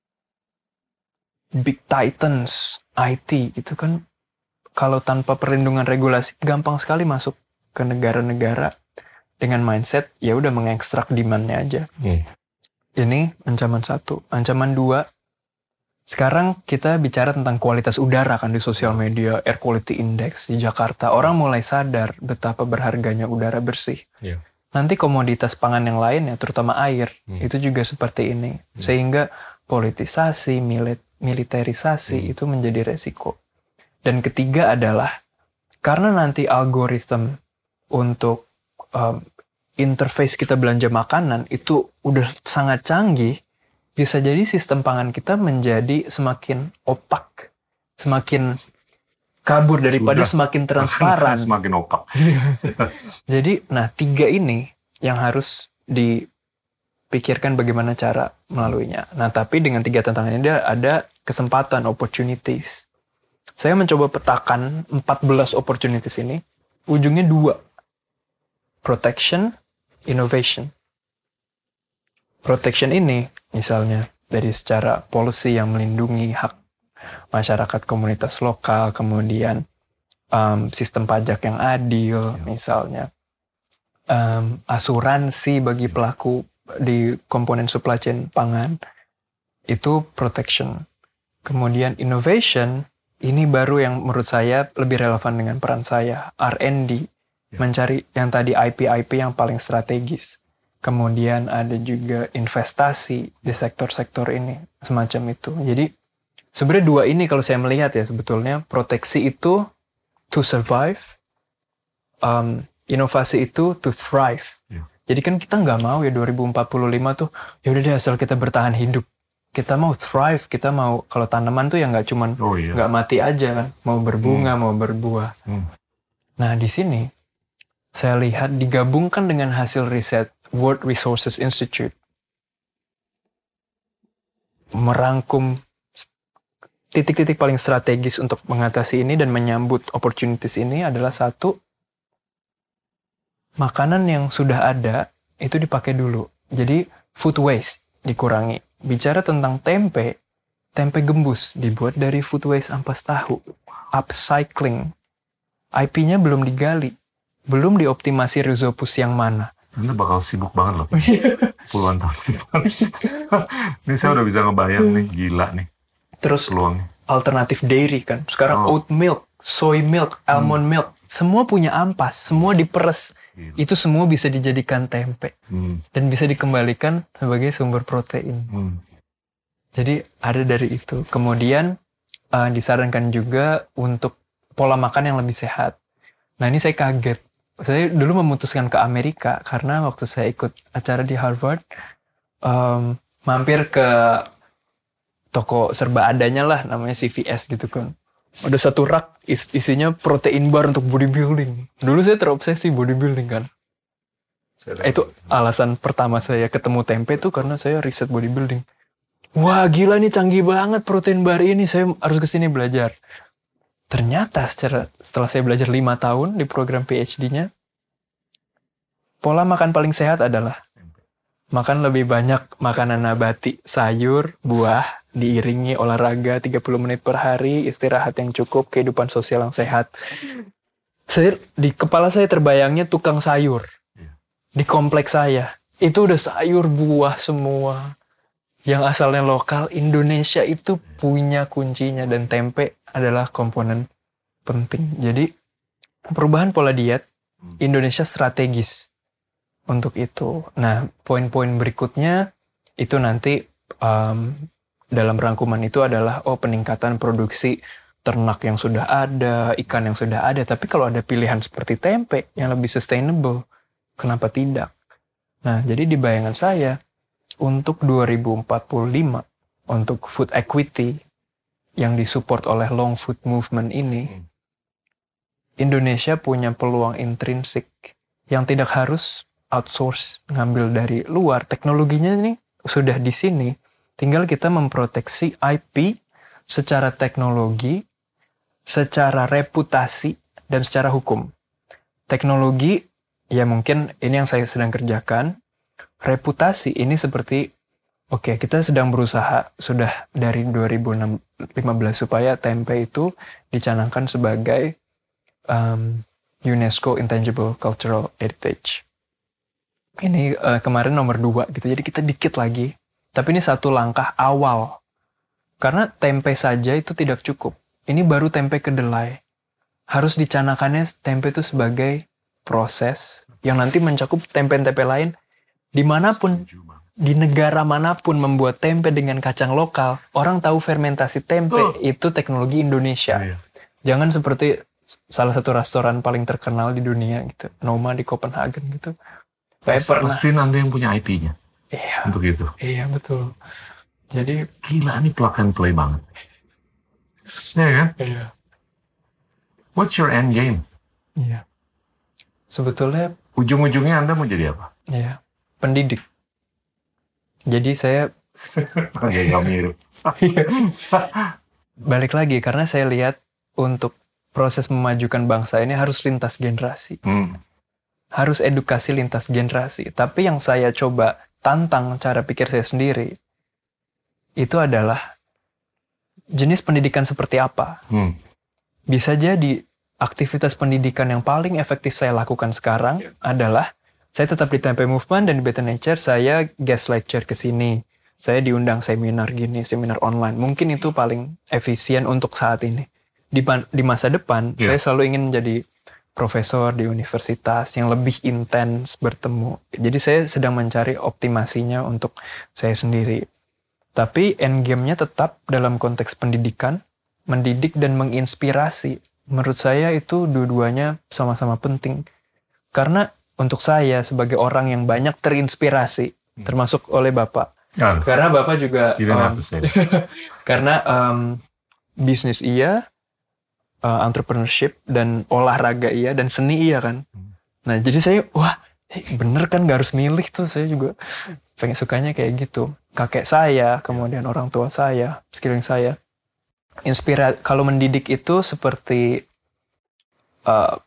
Big Titans I T itu kan kalau tanpa perlindungan regulasi gampang sekali masuk ke negara-negara dengan mindset ya udah mengekstrak demand-nya aja. Hmm. Ini ancaman satu. Ancaman dua, sekarang kita bicara tentang kualitas udara kan di sosial media, Air Quality Index di Jakarta. Orang mulai sadar betapa berharganya udara bersih. Yeah. Nanti komoditas pangan yang lain ya, terutama air, Hmm. itu juga seperti ini. Hmm. Sehingga politisasi, milit, militerisasi Hmm. itu menjadi resiko. Dan ketiga adalah, karena nanti algoritma untuk um, interface kita belanja makanan itu udah sangat canggih, bisa jadi sistem pangan kita menjadi semakin opak, semakin kabur daripada Sudah. semakin transparan. Semakin opak. Jadi, nah tiga ini yang harus dipikirkan bagaimana cara melaluinya. Nah, tapi dengan tiga tantangan ini ada kesempatan, opportunities. Saya mencoba petakan empat belas opportunities ini, ujungnya dua. Protection, innovation. Protection ini, misalnya, dari secara policy yang melindungi hak masyarakat komunitas lokal, kemudian um, sistem pajak yang adil, misalnya um, asuransi bagi pelaku di komponen supply chain pangan, itu protection. Kemudian innovation, ini baru yang menurut saya lebih relevan dengan peran saya, R and D, mencari yang tadi I P I P yang paling strategis. Kemudian ada juga investasi di sektor-sektor ini, semacam itu. Jadi sebenarnya dua ini kalau saya melihat ya sebetulnya proteksi itu to survive, um, inovasi itu to thrive. Ya. Jadi kan kita nggak mau ya dua ribu empat puluh lima tuh ya udah deh asal kita bertahan hidup. Kita mau thrive, kita mau kalau tanaman tuh ya nggak cuman Oh iya. nggak mati aja kan, mau berbunga, hmm. mau berbuah. Hmm. Nah di sini saya lihat digabungkan dengan hasil riset World Resources Institute merangkum titik-titik paling strategis untuk mengatasi ini dan menyambut opportunities ini adalah satu, makanan yang sudah ada itu dipakai dulu. Jadi food waste dikurangi. Bicara tentang tempe, tempe gembus dibuat dari food waste ampas tahu. Upcycling. I P-nya belum digali. Belum dioptimasi Rhizopus yang mana. Ini bakal sibuk banget loh. Puluhan tahun depan. Ini saya udah bisa ngebayang nih, gila nih. Terus peluangnya. Alternatif dairy kan. Sekarang Oh. oat milk, soy milk, almond milk. Semua punya ampas, semua diperes. Gila. Itu semua bisa dijadikan tempe. Hmm. Dan bisa dikembalikan sebagai sumber protein. Hmm. Jadi ada dari itu. Kemudian uh, disarankan juga untuk pola makan yang lebih sehat. Nah ini saya kaget. Saya dulu memutuskan ke Amerika karena waktu saya ikut acara di Harvard, um, mampir ke toko serba adanya lah, namanya C V S gitu kan. Ada satu rak is- isinya protein bar untuk bodybuilding. Dulu saya terobsesi bodybuilding kan. Itu alasan pertama saya ketemu tempe tuh karena saya riset bodybuilding. Wah gila nih canggih banget protein bar ini, saya harus kesini belajar. Ternyata secara, setelah saya belajar lima tahun di program P H D-nya, pola makan paling sehat adalah makan lebih banyak makanan nabati, sayur, buah, diiringi olahraga tiga puluh menit per hari, istirahat yang cukup, kehidupan sosial yang sehat. Saya, di kepala saya terbayangnya tukang sayur. Di kompleks saya, itu udah sayur buah semua. Yang asalnya lokal, Indonesia itu punya kuncinya. Dan tempe adalah komponen penting. Jadi, perubahan pola diet, Indonesia strategis untuk itu. Nah, poin-poin berikutnya, itu nanti um, dalam rangkuman itu adalah, oh peningkatan produksi ternak yang sudah ada, ikan yang sudah ada. Tapi kalau ada pilihan seperti tempe yang lebih sustainable, kenapa tidak? Nah, jadi di bayangan saya, untuk dua ribu empat puluh lima, untuk food equity yang disupport oleh long food movement ini, Indonesia punya peluang intrinsik yang tidak harus outsource, ngambil dari luar. Teknologinya ini sudah di sini, tinggal kita memproteksi I P secara teknologi, secara reputasi, dan secara hukum. Teknologi, ya mungkin ini yang saya sedang kerjakan. Reputasi ini seperti, oke okay, kita sedang berusaha sudah dari dua ribu lima belas supaya tempe itu dicanangkan sebagai um, UNESCO Intangible Cultural Heritage. Ini uh, kemarin nomor dua gitu, jadi kita dikit lagi. Tapi ini satu langkah awal. Karena tempe saja itu tidak cukup. Ini baru tempe kedelai. Harus dicanangkannya tempe itu sebagai proses yang nanti mencakup tempe-tempe lain dimanapun, di negara manapun membuat tempe dengan kacang lokal, orang tahu fermentasi tempe oh. itu teknologi Indonesia. Oh, iya. Jangan seperti salah satu restoran paling terkenal di dunia gitu, Noma di Copenhagen gitu. Saya pernah. Pasti nanti yang punya I P-nya. Iya. Untuk itu. Iya betul. Jadi gila nih plug and play banget. Iya kan? Iya. What's your end game? Iya. Sebetulnya ujung-ujungnya Anda mau jadi apa? Iya. Pendidik. Jadi saya nggak mirip. Balik lagi karena saya lihat untuk proses memajukan bangsa ini harus lintas generasi. Hmm. Harus edukasi lintas generasi. Tapi yang saya coba tantang cara pikir saya sendiri itu adalah jenis pendidikan seperti apa. Hmm. Bisa jadi aktivitas pendidikan yang paling efektif saya lakukan sekarang yeah. adalah saya tetap di Tempe Movement dan di Better Nature, saya guest lecture ke sini. Saya diundang seminar gini, seminar online. Mungkin itu paling efisien untuk saat ini. Di, di masa depan, yeah. saya selalu ingin menjadi profesor di universitas yang lebih intens bertemu. Jadi saya sedang mencari optimasinya untuk saya sendiri. Tapi endgame-nya tetap dalam konteks pendidikan, mendidik dan menginspirasi. Menurut saya itu dua-duanya sama-sama penting. Karena untuk saya sebagai orang yang banyak terinspirasi, hmm. termasuk oleh Bapak. Oh. Karena Bapak juga, um, karena um, bisnis iya, uh, entrepreneurship dan olahraga iya, dan seni iya kan. Hmm. Nah jadi saya, wah bener kan gak harus milih tuh, saya juga pengen sukanya kayak gitu. Kakek saya, kemudian orang tua saya, sekeliling saya. Inspira, kalau mendidik itu seperti uh,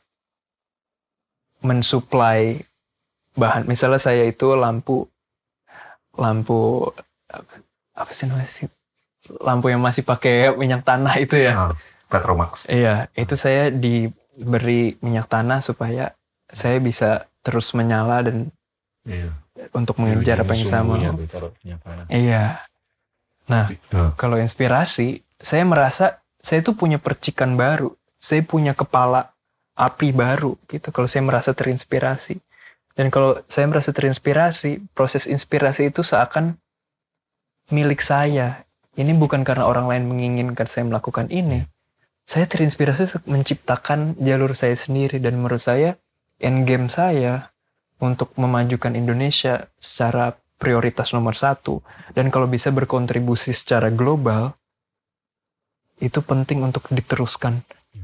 mensuplai bahan. Misalnya saya itu lampu, lampu apa sih namanya sih? Lampu yang masih pakai minyak tanah itu ya. Oh, Petromax. Iya, itu saya diberi minyak tanah supaya saya bisa terus menyala dan iya. untuk mengejar apa yang sama. Iya. Nah, oh. kalau inspirasi, saya merasa saya tuh punya percikan baru. Saya punya kepala api baru gitu kalau saya merasa terinspirasi. Dan kalau saya merasa terinspirasi, proses inspirasi itu seakan milik saya. Ini bukan karena orang lain menginginkan saya melakukan ini. Saya terinspirasi menciptakan jalur saya sendiri, dan menurut saya endgame saya untuk memajukan Indonesia secara prioritas nomor satu. Dan kalau bisa berkontribusi secara global, itu penting untuk diteruskan.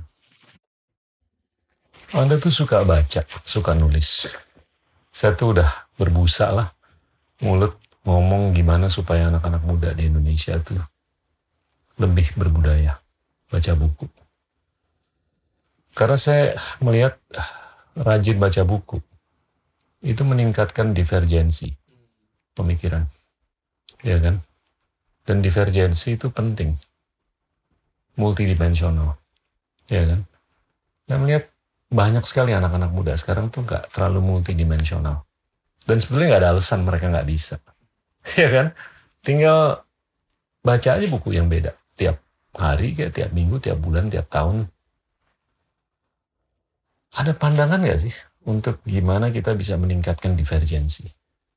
Anda tuh suka baca, suka nulis. Saya tuh udah berbusa lah, mulut ngomong gimana supaya anak-anak muda di Indonesia tuh lebih berbudaya, baca buku. Karena saya melihat rajin baca buku, itu meningkatkan divergensi pemikiran, ya kan? Dan divergensi itu penting, multidimensional, ya kan? Saya melihat banyak sekali anak-anak muda sekarang tuh nggak terlalu multidimensional, dan sebetulnya nggak ada alasan mereka nggak bisa, ya kan? Tinggal baca aja buku yang beda tiap hari, kayak tiap minggu, tiap bulan, tiap tahun. Ada pandangan nggak sih untuk gimana kita bisa meningkatkan divergensi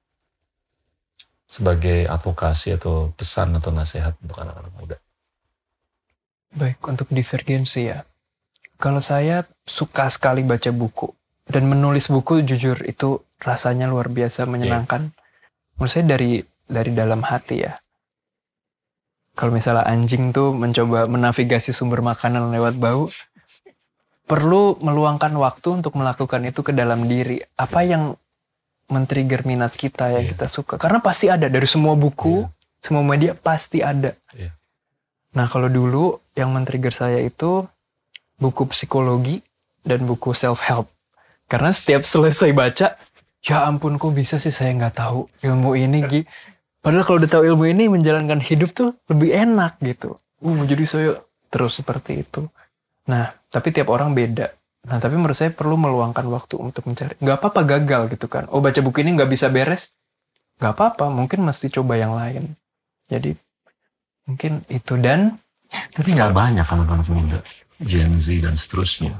sebagai advokasi atau pesan atau nasihat untuk anak-anak muda? Baik, untuk divergensi ya. Kalau saya suka sekali baca buku. Dan menulis buku jujur itu rasanya luar biasa menyenangkan. Yeah. Menurut saya dari, dari dalam hati ya. Kalau misalnya anjing tuh mencoba menavigasi sumber makanan lewat bau, perlu meluangkan waktu untuk melakukan itu ke dalam diri. Apa yang men-trigger minat kita yang yeah. kita suka. Karena pasti ada dari semua buku, yeah. semua media pasti ada. Yeah. Nah kalau dulu yang men-trigger saya itu buku psikologi dan buku self-help. Karena setiap selesai baca, ya ampun kok bisa sih saya nggak tahu ilmu ini. Gi. Padahal kalau udah tahu ilmu ini, menjalankan hidup tuh lebih enak gitu. Uh, jadi saya terus seperti itu. Nah, tapi tiap orang beda. Nah, tapi menurut saya perlu meluangkan waktu untuk mencari. Nggak apa-apa gagal gitu kan. Oh, baca buku ini nggak bisa beres. Nggak apa-apa, mungkin mesti coba yang lain. Jadi, mungkin itu. Dan tapi nggak banyak anak-anak muda, Gen Z dan seterusnya,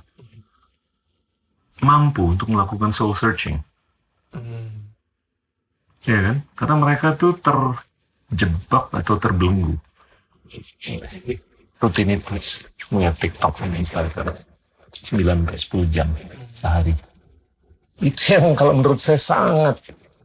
mampu untuk melakukan soul searching. Hmm. Ya kan? Karena mereka tuh terjebak atau terbelenggu rutinitas punya TikTok dan Instagram sembilan sampai sepuluh jam sehari. Itu yang kalau menurut saya sangat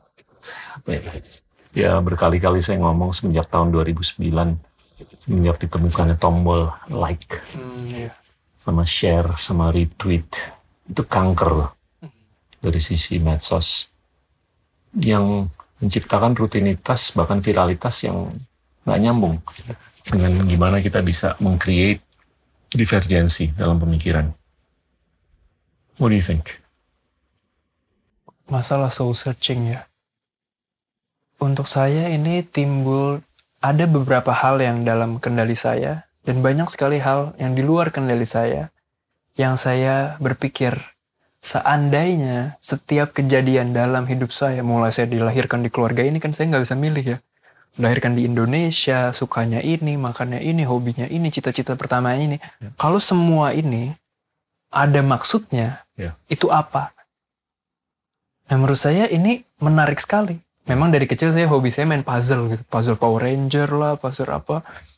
ya, berkali-kali saya ngomong semenjak tahun dua ribu sembilan, semenjak ditemukannya tombol like hmm, yeah. sama share sama retweet, itu kanker loh dari sisi medsos yang menciptakan rutinitas bahkan viralitas yang nggak nyambung dengan gimana kita bisa meng-create divergensi dalam pemikiran. What do you think? Masalah soul searching ya. Untuk saya ini timbul, ada beberapa hal yang dalam kendali saya, dan banyak sekali hal yang di luar kendali saya, yang saya berpikir, seandainya setiap kejadian dalam hidup saya, mulai saya dilahirkan di keluarga ini, kan saya nggak bisa milih ya. Dilahirkan di Indonesia, sukanya ini, makannya ini, hobinya ini, cita-cita pertamanya ini. Ya. Kalau semua ini ada maksudnya, ya. Itu apa? Nah menurut saya ini menarik sekali. Memang dari kecil saya hobi saya main puzzle gitu. Puzzle Power Ranger lah, puzzle apa.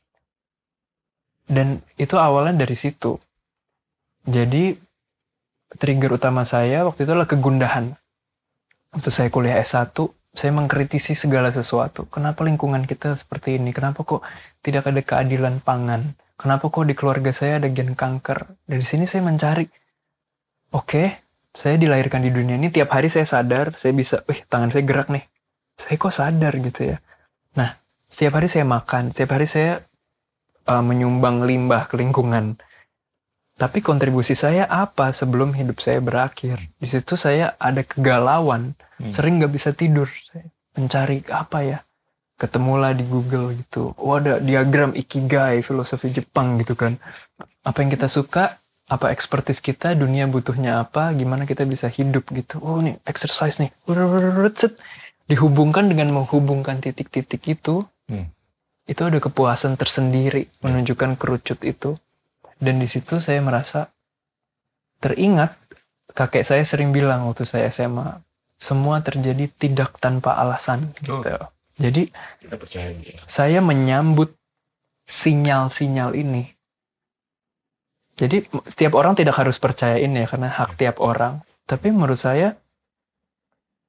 Dan itu awalnya dari situ. Jadi trigger utama saya waktu itu adalah kegundahan. Waktu saya kuliah S satu, saya mengkritisi segala sesuatu. Kenapa lingkungan kita seperti ini? Kenapa kok tidak ada keadilan pangan? Kenapa kok di keluarga saya ada gen kanker? Dari sini saya mencari, oke, okay, saya dilahirkan di dunia ini, tiap hari saya sadar, saya bisa, wih tangan saya gerak nih. Saya kok sadar gitu ya. Nah, setiap hari saya makan, setiap hari saya uh, menyumbang limbah ke lingkungan. Tapi kontribusi saya apa sebelum hidup saya berakhir? Di situ saya ada kegalauan, hmm. sering nggak bisa tidur. Saya mencari apa ya? Ketemulah di Google gitu. Oh ada diagram Ikigai, filosofi Jepang gitu kan. Apa yang kita suka, apa expertise kita, dunia butuhnya apa, gimana kita bisa hidup gitu. Oh nih exercise nih. Dihubungkan dengan menghubungkan titik-titik itu, hmm. itu ada kepuasan tersendiri menunjukkan kerucut itu. Dan di situ saya merasa teringat kakek saya sering bilang waktu saya S M A, semua terjadi tidak tanpa alasan gitu. Oh. Jadi kita percaya, ya. Saya menyambut sinyal-sinyal ini. Jadi setiap orang tidak harus percaya ini ya, karena hak tiap orang. Tapi menurut saya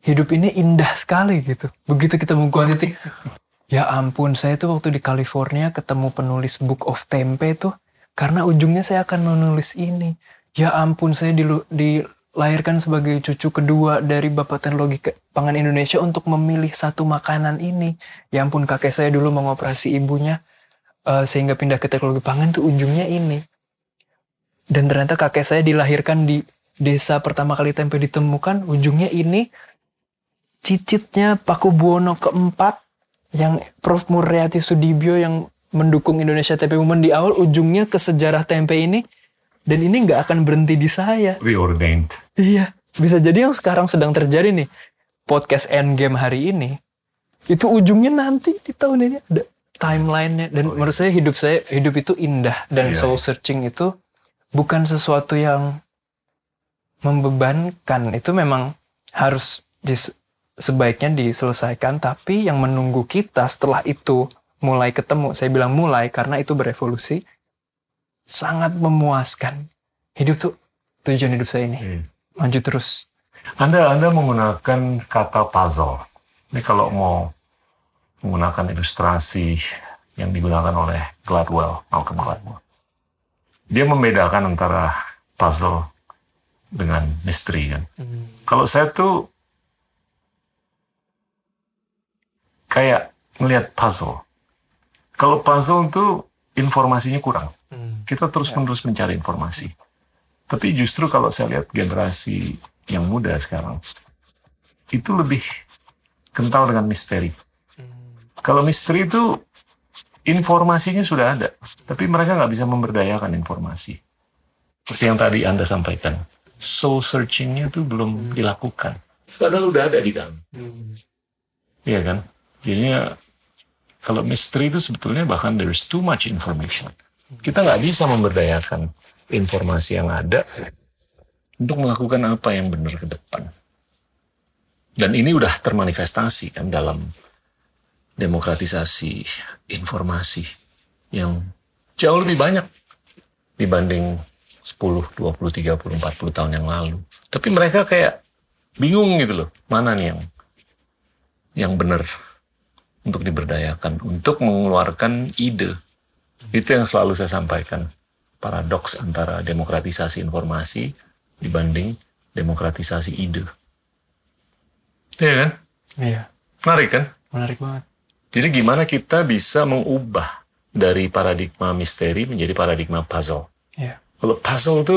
hidup ini indah sekali gitu. Begitu kita move titik, ya ampun, saya tuh waktu di California ketemu penulis Book of Tempe tuh, karena ujungnya saya akan menulis ini. Ya ampun, saya dilu- dilahirkan sebagai cucu kedua dari Bapak Teknologi Ke- Pangan Indonesia untuk memilih satu makanan ini. Ya ampun, kakek saya dulu mengoperasi ibunya, uh, sehingga pindah ke teknologi pangan tuh ujungnya ini. Dan ternyata kakek saya dilahirkan di desa pertama kali tempe ditemukan, ujungnya ini. Cicitnya Pakubuwono keempat, yang Prof Muriati Sudibyo yang mendukung Indonesia Tempe Movement di awal, ujungnya ke sejarah tempe ini. Dan ini nggak akan berhenti di saya. Reordained. Iya, bisa jadi yang sekarang sedang terjadi nih, podcast Endgame hari ini, itu ujungnya nanti di tahun ini ada timelinenya. Dan oh, menurut saya hidup saya hidup itu indah, dan iya, soul searching itu bukan sesuatu yang membebankan. Itu memang harus dis, sebaiknya diselesaikan, tapi yang menunggu kita setelah itu mulai ketemu, saya bilang mulai karena itu berevolusi, sangat memuaskan. Hidup tuh tujuan hidup saya ini. Hmm. Maju terus. Anda Anda menggunakan kata puzzle. Ini kalau mau menggunakan ilustrasi yang digunakan oleh Gladwell, Malcolm Gladwell. Dia membedakan antara puzzle dengan misteri kan. Hmm. Kalau saya tuh kayak melihat puzzle. Kalau puzzle itu informasinya kurang. Hmm. Kita terus-menerus ya. mencari informasi. Tapi justru kalau saya lihat generasi yang muda sekarang, itu lebih kental dengan misteri. Hmm. Kalau misteri itu informasinya sudah ada, tapi mereka nggak bisa memberdayakan informasi. Seperti yang tadi Anda sampaikan, soul searching-nya itu belum hmm. dilakukan. Padahal udah ada di dalam. Hmm. Iya kan? Jadinya kalau misteri itu sebetulnya bahkan there's too much information. Kita nggak bisa memberdayakan informasi yang ada untuk melakukan apa yang benar ke depan. Dan ini udah termanifestasi kan dalam demokratisasi informasi yang jauh lebih banyak dibanding sepuluh, dua puluh, tiga puluh, empat puluh tahun yang lalu. Tapi mereka kayak bingung gitu loh, mana nih yang yang benar untuk diberdayakan, untuk mengeluarkan ide. Itu yang selalu saya sampaikan, paradoks antara demokratisasi informasi dibanding demokratisasi ide. Iya kan? Iya. Menarik kan? Menarik banget. Jadi gimana kita bisa mengubah dari paradigma misteri menjadi paradigma puzzle? Iya. Kalau puzzle itu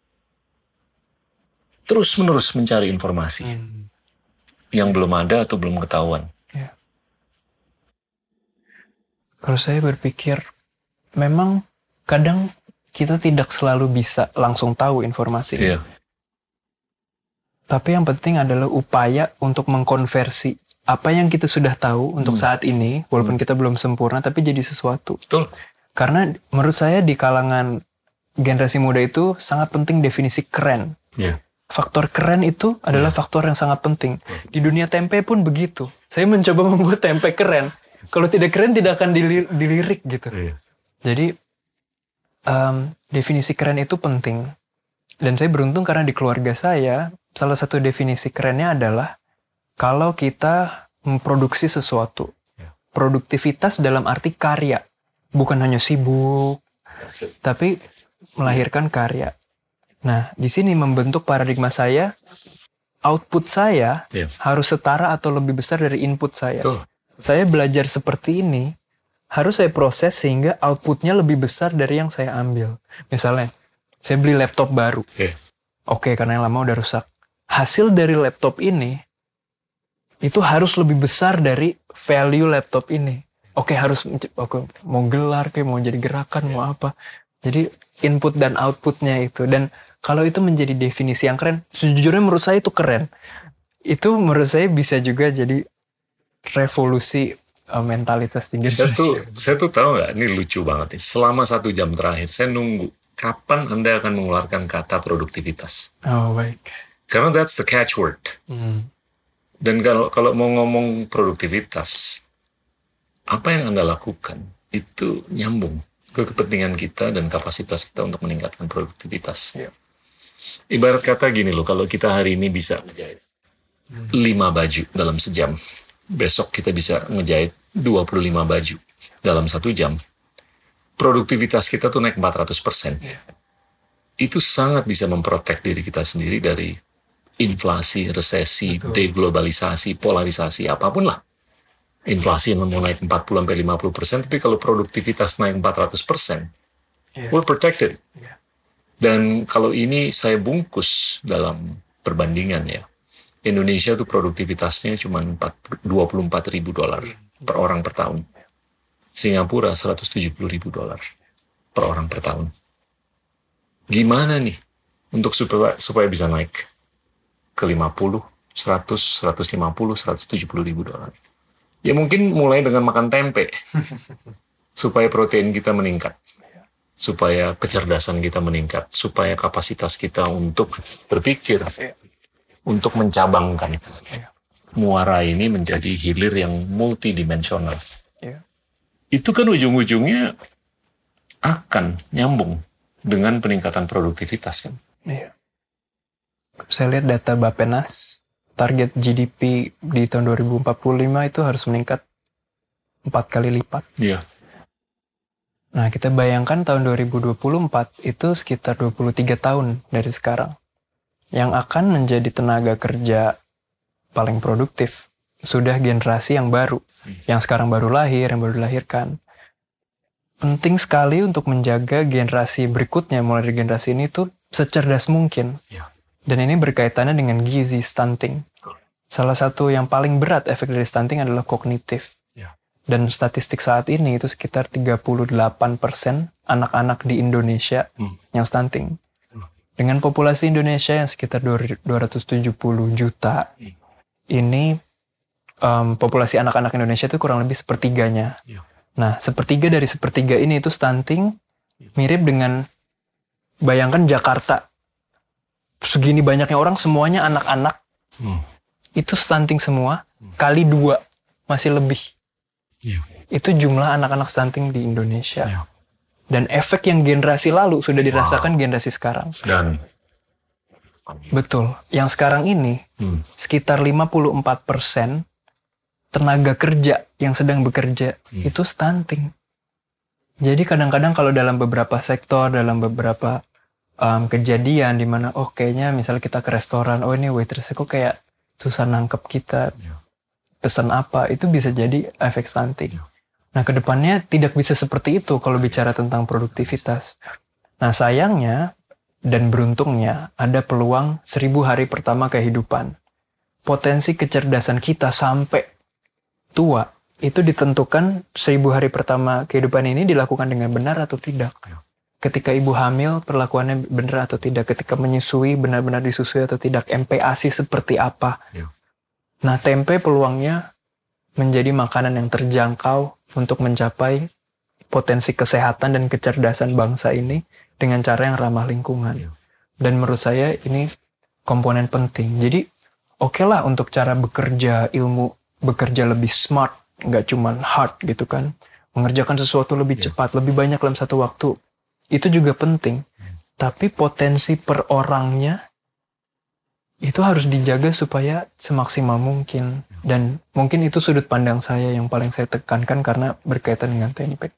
terus-menerus mencari informasi hmm. yang belum ada atau belum ketahuan. Kalau saya berpikir, memang kadang kita tidak selalu bisa langsung tahu informasi. Iya. Tapi yang penting adalah upaya untuk mengkonversi apa yang kita sudah tahu hmm. untuk saat ini, walaupun hmm. kita belum sempurna, tapi jadi sesuatu. Betul. Karena menurut saya di kalangan generasi muda itu sangat penting definisi keren. Iya. Faktor keren itu adalah yeah. faktor yang sangat penting. Di dunia tempe pun begitu. Saya mencoba membuat tempe keren. Kalau tidak keren tidak akan dilir- dilirik gitu. Iya. Jadi um, definisi keren itu penting. Dan saya beruntung karena di keluarga saya salah satu definisi kerennya adalah kalau kita memproduksi sesuatu. Iya. Produktivitas dalam arti karya, bukan hanya sibuk, tapi melahirkan karya. Nah, di sini membentuk paradigma saya, output saya iya. harus setara atau lebih besar dari input saya. Tuh. Saya belajar seperti ini, harus saya proses sehingga outputnya lebih besar dari yang saya ambil. Misalnya, saya beli laptop baru. Okay. Oke, karena yang lama udah rusak. Hasil dari laptop ini, itu harus lebih besar dari value laptop ini. Oke, harus oke, mau gelar, kayak mau jadi gerakan, yeah. mau apa. Jadi, input dan outputnya itu. Dan kalau itu menjadi definisi yang keren, sejujurnya menurut saya itu keren. Itu menurut saya bisa juga jadi revolusi uh, mentalitas tinggi. Saya tuh, saya tuh tahu nggak, ini lucu banget nih. Selama satu jam terakhir, saya nunggu kapan Anda akan mengeluarkan kata produktivitas. Oh baik. Karena that's the catchword. Hmm. Dan kalau kalau mau ngomong produktivitas, apa yang Anda lakukan itu nyambung ke kepentingan kita dan kapasitas kita untuk meningkatkan produktivitas. Yeah. Ibarat kata gini loh, kalau kita hari ini bisa menjahit lima baju dalam sejam. Besok kita bisa ngejahit dua puluh lima baju dalam satu jam. Produktivitas kita tuh naik empat ratus persen. Itu sangat bisa memprotek diri kita sendiri dari inflasi, resesi, Betul. deglobalisasi, polarisasi, apapun lah. Inflasi mau naik empat puluh sampai lima puluh persen, tapi kalau produktivitas naik empat ratus persen, Yeah. we're protected. Yeah. Dan kalau ini saya bungkus dalam perbandingan ya, Indonesia tuh produktivitasnya cuma dua puluh empat ribu dolar per orang per tahun. Singapura seratus tujuh puluh ribu dolar per orang per tahun. Gimana nih untuk supaya supaya bisa naik ke lima puluh, seratus, seratus lima puluh, seratus tujuh puluh ribu dolar? Ya mungkin mulai dengan makan tempe supaya protein kita meningkat, supaya kecerdasan kita meningkat, supaya kapasitas kita untuk berpikir, untuk mencabangkan muara ini menjadi hilir yang multidimensional. Yeah. Itu kan ujung-ujungnya akan nyambung dengan peningkatan produktivitas kan. Iya. Saya lihat data Bappenas, target G D P di tahun dua ribu empat puluh lima itu harus meningkat empat kali lipat. Iya. Nah, kita bayangkan tahun dua ribu dua puluh empat itu sekitar dua puluh tiga tahun dari sekarang. Yang akan menjadi tenaga kerja paling produktif sudah generasi yang baru, yang sekarang baru lahir, yang baru dilahirkan. Penting sekali untuk menjaga generasi berikutnya, mulai dari generasi ini tuh secerdas mungkin. Ya. Dan ini berkaitannya dengan gizi, stunting. Salah satu yang paling berat efek dari stunting adalah kognitif. Ya. Dan statistik saat ini itu sekitar tiga puluh delapan persen anak-anak di Indonesia Hmm. yang stunting. Dengan populasi Indonesia yang sekitar dua ratus tujuh puluh juta, Hmm. ini um, populasi anak-anak Indonesia itu kurang lebih sepertiganya. Ya. Nah, sepertiga dari sepertiga ini itu stunting, mirip dengan, bayangkan Jakarta, segini banyaknya orang, semuanya anak-anak, Hmm. itu stunting semua, kali dua, masih lebih. Ya. Itu jumlah anak-anak stunting di Indonesia. Ya. Dan efek yang generasi lalu sudah dirasakan generasi sekarang. Dan Betul. Yang sekarang ini, hmm. sekitar lima puluh empat persen tenaga kerja yang sedang bekerja Hmm. itu stunting. Jadi kadang-kadang kalau dalam beberapa sektor, dalam beberapa um, kejadian di mana oh kayaknya misalnya kita ke restoran, oh ini waitress kok kayak susah nangkep kita Ya. pesan apa, itu bisa jadi efek stunting. Ya. Nah, kedepannya tidak bisa seperti itu kalau bicara tentang produktivitas. Nah, sayangnya dan beruntungnya ada peluang seribu hari pertama kehidupan. Potensi kecerdasan kita sampai tua itu ditentukan seribu hari pertama kehidupan ini dilakukan dengan benar atau tidak. Ya. Ketika ibu hamil perlakuannya benar atau tidak, ketika menyusui benar-benar disusui atau tidak, M P A S I seperti apa. Ya. Nah, tempe peluangnya menjadi makanan yang terjangkau untuk mencapai potensi kesehatan dan kecerdasan bangsa ini dengan cara yang ramah lingkungan. Ya. Dan menurut saya ini komponen penting. Jadi oke lah untuk cara bekerja, ilmu bekerja lebih smart, nggak cuma hard gitu kan. Mengerjakan sesuatu lebih Ya. cepat, lebih banyak dalam satu waktu. Itu juga penting. Tapi potensi per orangnya itu harus dijaga supaya semaksimal mungkin. Dan mungkin itu sudut pandang saya yang paling saya tekankan karena berkaitan dengan tempe.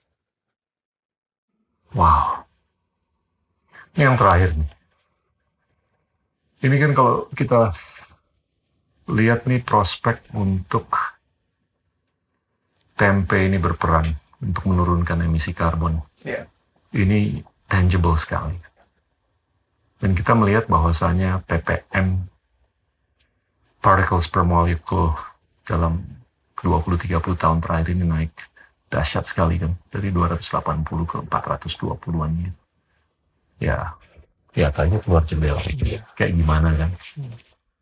Wow. Ini yang terakhir nih. Ini kan kalau kita lihat nih prospek untuk tempe ini berperan untuk menurunkan emisi karbon. Yeah. Ini tangible sekali. Dan kita melihat bahwasanya P P M, particles per molecule, dalam dua puluh sampai tiga puluh tahun terakhir ini naik dahsyat sekali kan. Dari dua ratus delapan puluh ke empat ratus dua puluhan gitu. Ya, kelihatannya keluar jendela. Iya. Kayak gimana kan. Hmm.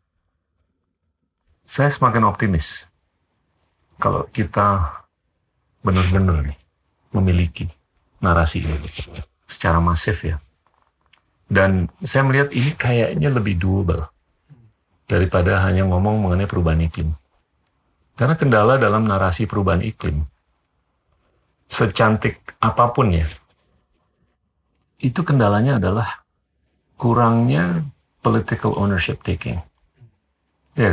Saya semakin optimis kalau kita benar-benar nih memiliki narasi ini secara masif ya. Dan saya melihat ini kayaknya lebih doable daripada hanya ngomong mengenai perubahan iklim. Karena kendala dalam narasi perubahan iklim, secantik apapun ya, itu kendalanya adalah kurangnya political ownership taking. Ya kan?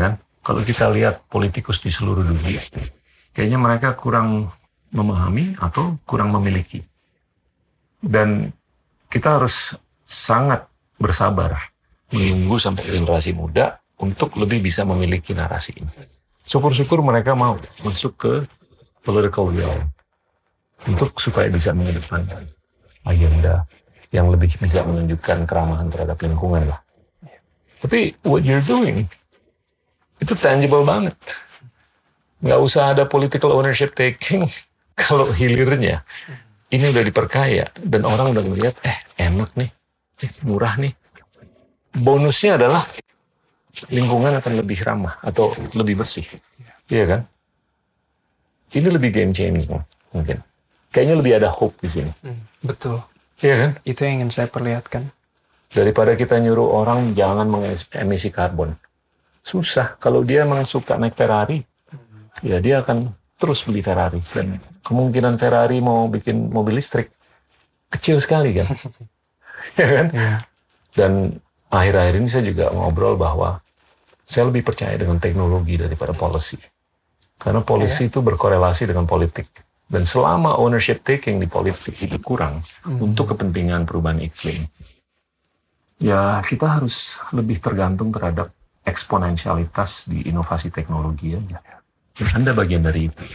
kalau kita lihat politikus di seluruh dunia, kayaknya mereka kurang memahami atau kurang memiliki. Dan kita harus sangat bersabar menunggu sampai generasi muda untuk lebih bisa memiliki narasi ini. Syukur-syukur mereka mau masuk ke political realm untuk supaya bisa mengedepankan agenda yang lebih bisa menunjukkan keramahan terhadap lingkungan lah. Tapi what you're doing itu tangible banget. Nggak usah ada political ownership taking kalau hilirnya ini udah diperkaya dan orang udah ngeliat, eh enak nih, eh, murah nih. Bonusnya adalah lingkungan akan lebih ramah atau lebih bersih. Iya kan? Ini lebih game changing mungkin. Kayaknya lebih ada hope di sini. Hmm, betul. Iya kan? Itu yang ingin saya perlihatkan. Daripada kita nyuruh orang jangan mengemisi karbon. Susah. Kalau dia memang suka naik Ferrari, hmm. ya dia akan terus beli Ferrari. Dan kemungkinan Ferrari mau bikin mobil listrik kecil sekali kan? Ya kan? Ya. Dan akhir-akhir ini saya juga ngobrol bahwa saya lebih percaya dengan teknologi daripada policy. Karena policy ya. Itu berkorelasi dengan politik. Dan selama ownership taking di politik itu kurang hmm. untuk kepentingan perubahan iklim, ya kita harus lebih tergantung terhadap eksponensialitas di inovasi teknologi aja. Dan Anda bagian dari itu.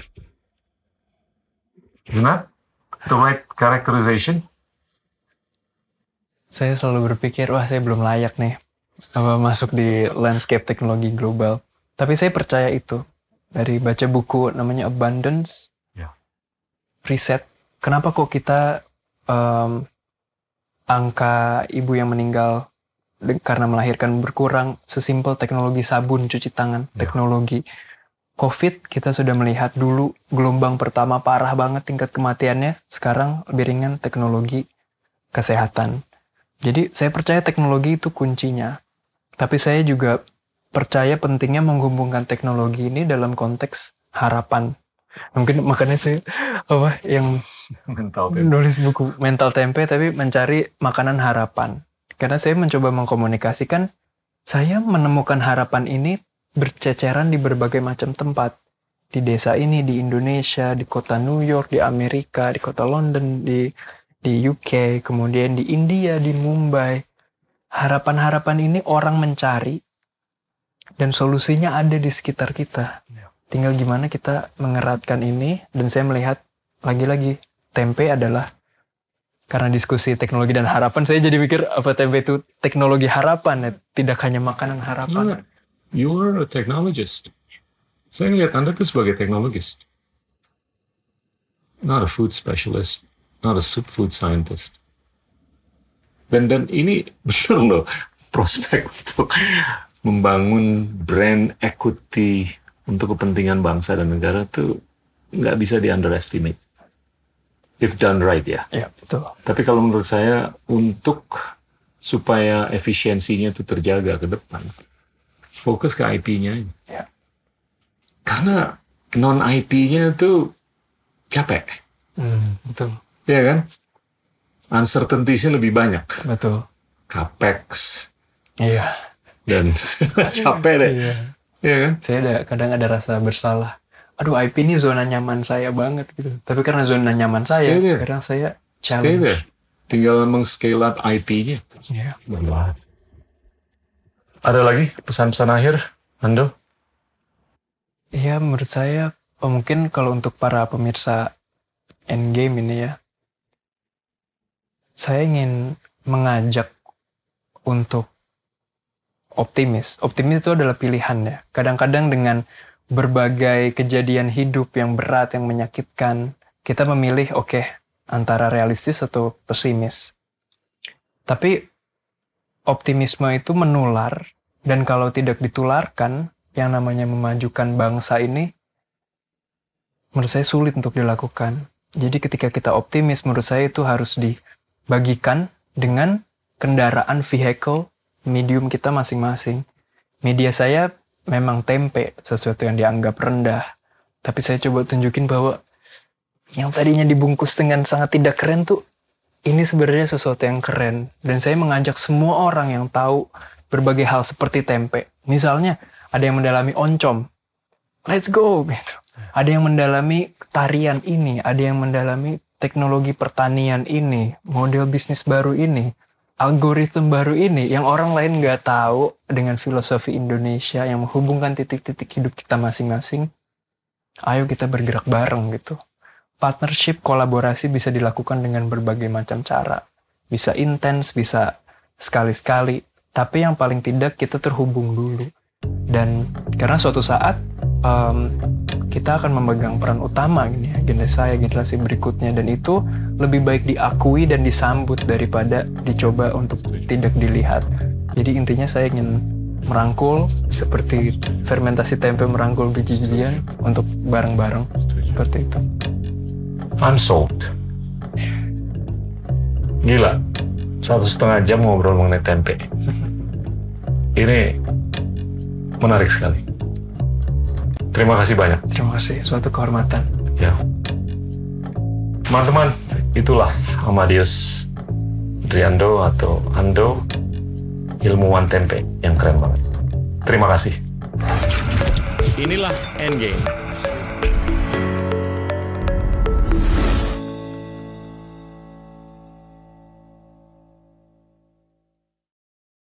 Isn't that the right characterization? Saya selalu berpikir, wah saya belum layak nih apa, masuk di landscape teknologi global. Tapi saya percaya itu. Dari baca buku namanya Abundance, yeah. Riset. Kenapa kok kita um, angka ibu yang meninggal karena melahirkan berkurang, sesimpel teknologi sabun, cuci tangan, yeah. teknologi. COVID kita sudah melihat dulu gelombang pertama parah banget tingkat kematiannya, sekarang lebih ringan teknologi kesehatan. Jadi saya percaya teknologi itu kuncinya. Tapi saya juga percaya pentingnya menghubungkan teknologi ini dalam konteks harapan. Mungkin makanya saya apa yang mental nulis buku Mental Tempe tapi mencari makanan harapan. Karena saya mencoba mengkomunikasikan saya menemukan harapan ini berceceran di berbagai macam tempat. Di desa ini, di Indonesia, di kota New York, di Amerika, di kota London, di di U K, kemudian di India, di Mumbai. Harapan-harapan ini orang mencari dan solusinya ada di sekitar kita. Tinggal gimana kita mengeratkan ini. Dan saya melihat lagi-lagi tempe adalah, karena diskusi teknologi dan harapan, saya jadi pikir apa tempe itu teknologi harapan ya, tidak hanya makanan harapan. You are a technologist. Saya ngeliat Anda tuh sebagai teknologist. Not a food specialist, not a food scientist. Dan dan ini benar loh, prospek untuk membangun brand equity untuk kepentingan bangsa dan negara tuh nggak bisa di underestimate. If done right ya. Ya, betul. Tapi kalau menurut saya untuk supaya efisiensinya itu terjaga ke depan, fokus ke I P-nya. Ya. Karena non-I P-nya tuh capek. Hmm, betul. Iya kan? Uncertainties-nya lebih banyak. Betul. Capex. Iya. Dan capek deh. Iya. Iya kan? Saya ada, kadang ada rasa bersalah. Aduh, I P ini zona nyaman saya banget gitu. Tapi karena zona nyaman saya, kadang saya challenge. Stay there. Tinggal meng-scale up I P-nya. Iya. Benar. Ada lagi pesan-pesan akhir, Ando? Iya, menurut saya, oh, mungkin kalau untuk para pemirsa Endgame ini ya, saya ingin mengajak untuk optimis. Optimis itu adalah pilihan ya. Kadang-kadang dengan berbagai kejadian hidup yang berat, yang menyakitkan, kita memilih, oke, okay, antara realistis atau pesimis. Tapi optimisme itu menular, dan kalau tidak ditularkan, yang namanya memajukan bangsa ini, menurut saya sulit untuk dilakukan. Jadi ketika kita optimis, menurut saya itu harus dibagikan dengan kendaraan vehicle medium kita masing-masing. Media saya memang tempe, sesuatu yang dianggap rendah. Tapi saya coba tunjukin bahwa yang tadinya dibungkus dengan sangat tidak keren tuh, ini sebenarnya sesuatu yang keren. Dan saya mengajak semua orang yang tahu berbagai hal seperti tempe. Misalnya, Ada yang mendalami oncom. Let's go gitu. Ada yang mendalami tarian ini, ada yang mendalami teknologi pertanian ini, model bisnis baru ini, algoritma baru ini yang orang lain nggak tahu dengan filosofi Indonesia yang menghubungkan titik-titik hidup kita masing-masing. Ayo kita bergerak bareng gitu. Partnership, kolaborasi bisa dilakukan dengan berbagai macam cara. Bisa intens, bisa sekali-sekali. Tapi yang paling tidak kita terhubung dulu. Dan karena suatu saat um, kita akan memegang peran utama gini ya, generasi saya, generasi berikutnya, dan itu lebih baik diakui dan disambut daripada dicoba untuk tidak dilihat. Jadi intinya saya ingin merangkul seperti fermentasi tempe merangkul biji-bijian untuk bareng-bareng seperti itu. Unsolved. Gila, satu setengah jam ngobrol mengenai tempe. Ini menarik sekali. Terima kasih banyak. Terima kasih, suatu kehormatan. Ya. Teman-teman, itulah Amadius Driando atau Ando, ilmuwan tempe yang keren banget. Terima kasih. Inilah Endgame.